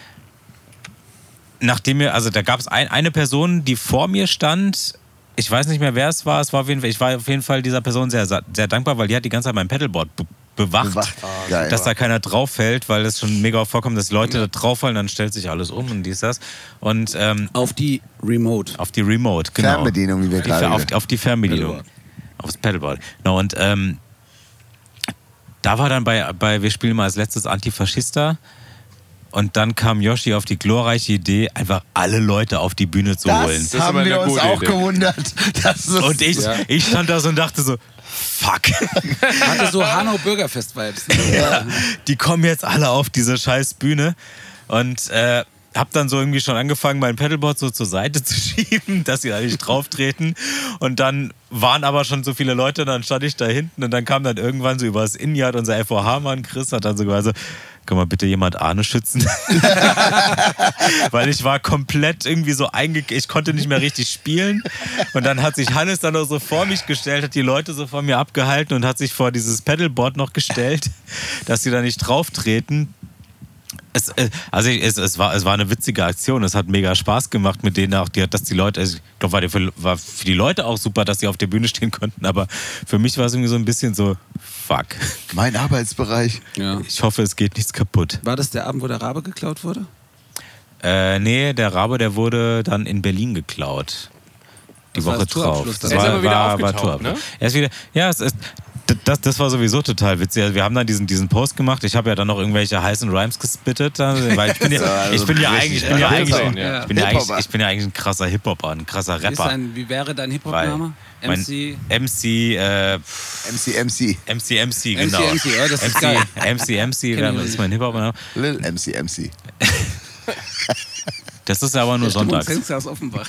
nachdem wir, also da gab es ein, eine Person, die vor mir stand, ich weiß nicht mehr, wer es war, es war auf jeden Fall, ich war auf jeden Fall dieser Person sehr, sehr dankbar, weil die hat die ganze Zeit mein Pedalboard be bewacht, Bewacht. Geil. dass da keiner drauf fällt, weil es schon mega oft vorkommt, dass Leute da drauf fallen, dann stellt sich alles um und dies, das. Und ähm, Auf die Remote. auf die Remote, genau. Fernbedienung, wie wir Die, gerade auf, auf die Fernbedienung. Pedalboard. Aufs Pedalboard. Genau, und ähm, da war dann bei, bei, wir spielen mal als letztes Antifaschista. Und dann kam Yoshi auf die glorreiche Idee, einfach alle Leute auf die Bühne zu holen. Das ist haben aber wir eine uns gute auch Idee. gewundert. Das ist Und ich, Ja. ich stand da so und dachte so, fuck. Hatte so Hanau Bürgerfest-Vibes. Ne? Ja, die kommen jetzt alle auf diese scheiß Bühne. Und äh, hab dann so irgendwie schon angefangen, mein Pedalboard so zur Seite zu schieben, dass sie da nicht drauf treten. Und dann waren aber schon so viele Leute, dann stand ich da hinten und dann kam dann irgendwann so übers Injad unser F O H-Mann, Chris, hat dann so gesagt, so, kann mal bitte jemand Arne schützen? Weil ich war komplett irgendwie so eingeknickt, ich konnte nicht mehr richtig spielen. Und dann hat sich Hannes dann noch so vor mich gestellt, hat die Leute so vor mir abgehalten und hat sich vor dieses Pedalboard noch gestellt, dass sie da nicht drauf treten. Es, also es, es, war, es war eine witzige Aktion, es hat mega Spaß gemacht mit denen auch, die, dass die Leute, ich glaube, war, für, war für die Leute auch super, dass sie auf der Bühne stehen konnten, aber für mich war es irgendwie so ein bisschen so, fuck. mein Arbeitsbereich. Ja. Ich hoffe, es geht nichts kaputt. War das der Abend, wo der Rabe geklaut wurde? Äh, nee, der Rabe, der wurde dann in Berlin geklaut. Die Das war Woche das drauf. Tourabschluss Das dann. Er ist war, aber wieder war, war aufgetaucht, Tourabschluss. ne? Er ist wieder, ja, es ist, das, das war sowieso total witzig. Also wir haben dann diesen, diesen Post gemacht. Ich habe ja dann noch irgendwelche heißen Rhymes gespittet. Dann, weil ich bin ja, ich bin ja eigentlich, ich bin ja eigentlich, ein- Ja. ich bin ja eigentlich, Hip-Hopper. ich bin ja eigentlich ein krasser Hip-Hopper, ein krasser Wie, ist Rapper. dein, wie wäre dein Weil Hip-Hop-Name? mein M C? M C, äh, M C M C. M C M C, genau. M C, ja, das ist M C, geil. M C M C, Kenn wer- ich das ist nicht. mein Hip-Hop-Name. Lil M C M C. Das ist aber nur sonntags. Stimmungsfenster aus Offenbach.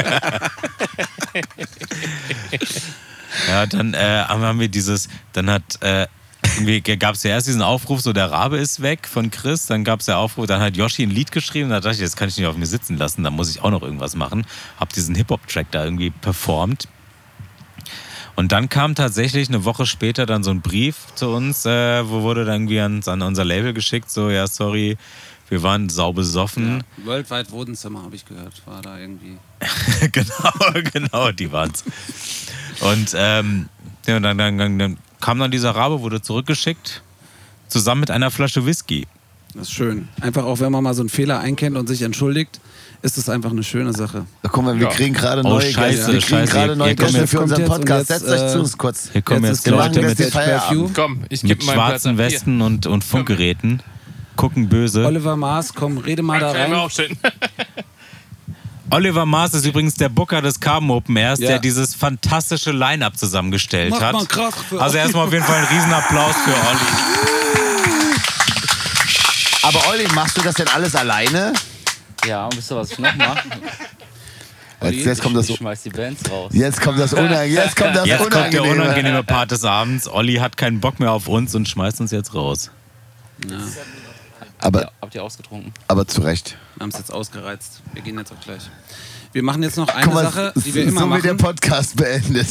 Ja, dann äh, haben wir dieses, dann hat, äh, irgendwie gab es ja erst diesen Aufruf, so der Rabe ist weg von Chris, dann gab es der Aufruf, dann hat Yoshi ein Lied geschrieben, da dachte ich, das kann ich nicht auf mir sitzen lassen, da muss ich auch noch irgendwas machen. Hab diesen Hip-Hop-Track da irgendwie performt. Und dann kam tatsächlich eine Woche später dann so ein Brief zu uns, äh, wo wurde dann irgendwie an, an unser Label geschickt, so, ja, sorry, wir waren saubesoffen. Ja. Worldwide Wodenzimmer, habe ich gehört, war da irgendwie. genau, genau, die waren's. Und ähm, ja, dann, dann, dann, dann kam dann dieser Rabe, wurde zurückgeschickt, zusammen mit einer Flasche Whisky. Das ist schön. Einfach auch, wenn man mal so einen Fehler einkennt und sich entschuldigt, ist das einfach eine schöne Sache. Da guck mal, wir Ja. kriegen gerade Oh, neue scheiße, Gäste. Wir kriegen scheiße. gerade neue Hier kommen Gäste jetzt- für unseren kommt jetzt- Podcast. und Setzt jetzt, euch zu äh, uns kurz. Hier kommen jetzt, ist der Leute Backstage mit, Feierabend. Komm, ich mit gebe mal schwarzen Westen und, und Funkgeräten, gucken böse. Oliver Maas, komm, rede mal da Kann ich mal rein. aufstellen. Oliver Maas ist übrigens der Booker des Carbon Open Airs, Ja. der dieses fantastische Line-Up zusammengestellt Macht hat. mal Krach für Also erstmal auf jeden Fall einen Riesenapplaus für Olli. Aber Olli, machst du das denn alles alleine? Ja, und wisst ihr, was ich noch mache? Jetzt, jetzt kommt das, Ich schmeiß die Bands raus. jetzt kommt das Unangenehme. Jetzt kommt das Jetzt kommt der Unangenehme. unangenehme Part des Abends. Olli hat keinen Bock mehr auf uns und schmeißt uns jetzt raus. Aber, Ja, habt ihr ausgetrunken? aber zu Recht. Wir haben es jetzt ausgereizt. Wir gehen jetzt auch gleich. Wir machen jetzt noch eine Guck mal, Sache, die wir so immer wird der machen. Podcast beendet.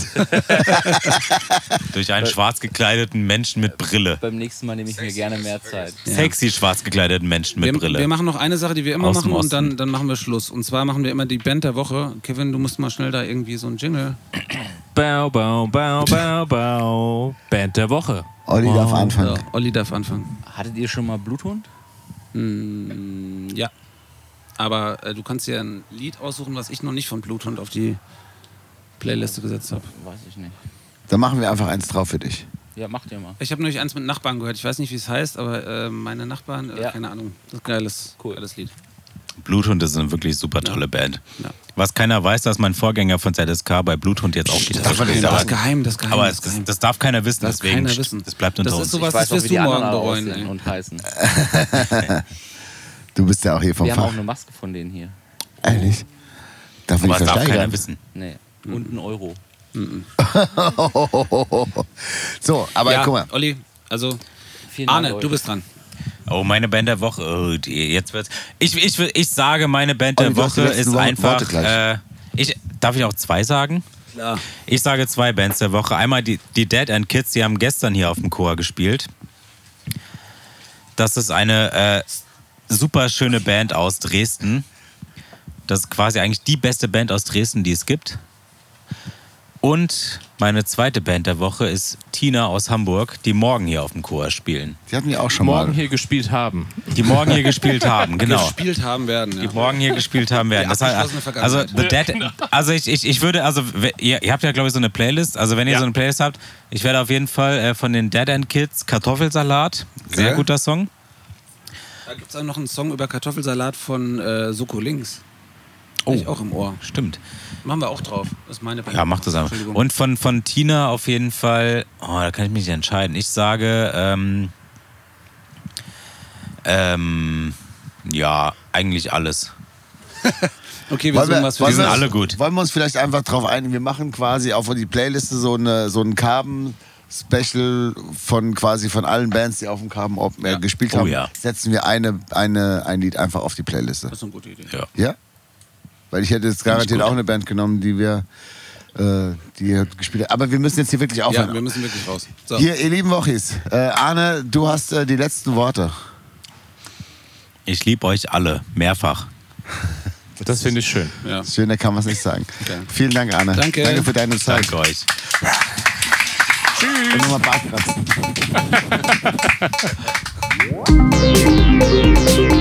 Durch einen schwarz gekleideten Menschen mit Brille. Beim nächsten Mal nehme ich mir gerne mehr Zeit. Sexy schwarz gekleideten Menschen mit Wir, Brille. wir machen noch eine Sache, die wir immer Aus dem machen und Osten. dann, dann machen wir Schluss. Und zwar machen wir immer die Band der Woche. Kevin, du musst mal schnell da irgendwie so ein Jingle. Bau, bau, bau, bau, bau. Band der Woche. Olli darf Ja, anfangen. Olli darf anfangen. Hattet ihr schon mal Bluthund? Mm, ja. Aber äh, du kannst dir ein Lied aussuchen, was ich noch nicht von Bluthund auf die Playliste gesetzt habe. Weiß ich nicht. Dann machen wir einfach eins drauf für dich. Ja, macht ihr mal. Ich habe nämlich eins mit Nachbarn gehört. Ich weiß nicht, wie es heißt, aber äh, meine Nachbarn, äh, Ja. keine Ahnung. Das ist ein geiles, Cool. geiles Lied. Bluthund ist eine wirklich super tolle Band. Ja. Was keiner weiß, dass mein Vorgänger von Z S K bei Bluthund jetzt auch Gitarre darf man nicht spielt. sagen. Das ist geheim, das ist geheim. Aber das es, ist geheim. das darf keiner wissen, Das darf deswegen keiner wissen. das bleibt unter Das ist uns. so was, Ich weiß das auch, wirst wie du die morgen anderen bereuen. aussehen ey. und heißen. Du bist ja auch hier vom Wir haben auch Fach. eine Maske von denen hier. Ehrlich? Darf man Aber nicht das darf keiner versteigern? wissen. Nee. Und ein Euro. So, aber Ja, guck mal. Olli, also Vielen Dank, Arne, Leute. du bist dran. Oh, meine Band der Woche. Oh, die, jetzt wird's. Ich, ich, ich sage, meine Band der Olli, du hast die Woche letzten ist Wo- einfach. Worte gleich. Äh, ich, darf ich auch zwei sagen? Klar. Ich sage zwei Bands der Woche. Einmal die, die Dead End Kids, die haben gestern hier auf dem Chor gespielt. Das ist eine äh, super schöne Band aus Dresden. Das ist quasi eigentlich die beste Band aus Dresden, die es gibt. Und meine zweite Band der Woche ist Tina aus Hamburg, die morgen hier auf dem Chor spielen. Die hatten wir auch schon Morgen mal. hier gespielt haben. Die morgen hier gespielt haben, genau. Gespielt haben werden. Ja. Die morgen hier gespielt haben werden. Die Das heißt, abgeschlossene also, Vergangenheit. the Dead, also ich, ich, ich würde, also we- ihr, ihr habt ja glaube ich so eine Playlist. Also wenn ihr Ja. so eine Playlist habt, ich werde auf jeden Fall äh, von den Dead End Kids Kartoffelsalat, sehr Geil. guter Song. Da gibt es auch noch einen Song über Kartoffelsalat von äh, Soko Links. Oh. Hab ich auch im Ohr. Stimmt. Machen wir auch drauf. Das ist meine Band. Ja, macht das einfach. Entschuldigung. Und von, von Tina auf jeden Fall, oh, da kann ich mich nicht entscheiden. Ich sage, ähm, ähm, ja, eigentlich alles. Okay, wir Wollen suchen wir, was für wollen die sind wir- alle gut. Wollen wir uns vielleicht einfach drauf einigen? Wir machen quasi auf die Playliste so, eine, so ein Carbon-Special von quasi von allen Bands, die auf dem Carbon Open Air Ja. gespielt Oh haben. ja. Setzen wir eine, eine, ein Lied einfach auf die Playliste. Das ist eine gute Idee. Ja. Ja? Weil ich hätte jetzt garantiert auch eine Band genommen, die wir äh, die gespielt haben. Aber wir müssen jetzt hier wirklich aufhören. Ja, wir müssen wirklich raus. So. Hier, ihr lieben Wochis, äh, Arne, du hast äh, die letzten Worte. Ich liebe euch alle, mehrfach. Das finde ich schön. Ja. Schöner kann man es nicht sagen. Okay. Vielen Dank, Arne. Danke. Danke für deine Zeit. Danke euch. Und nochmal Bart kratzen.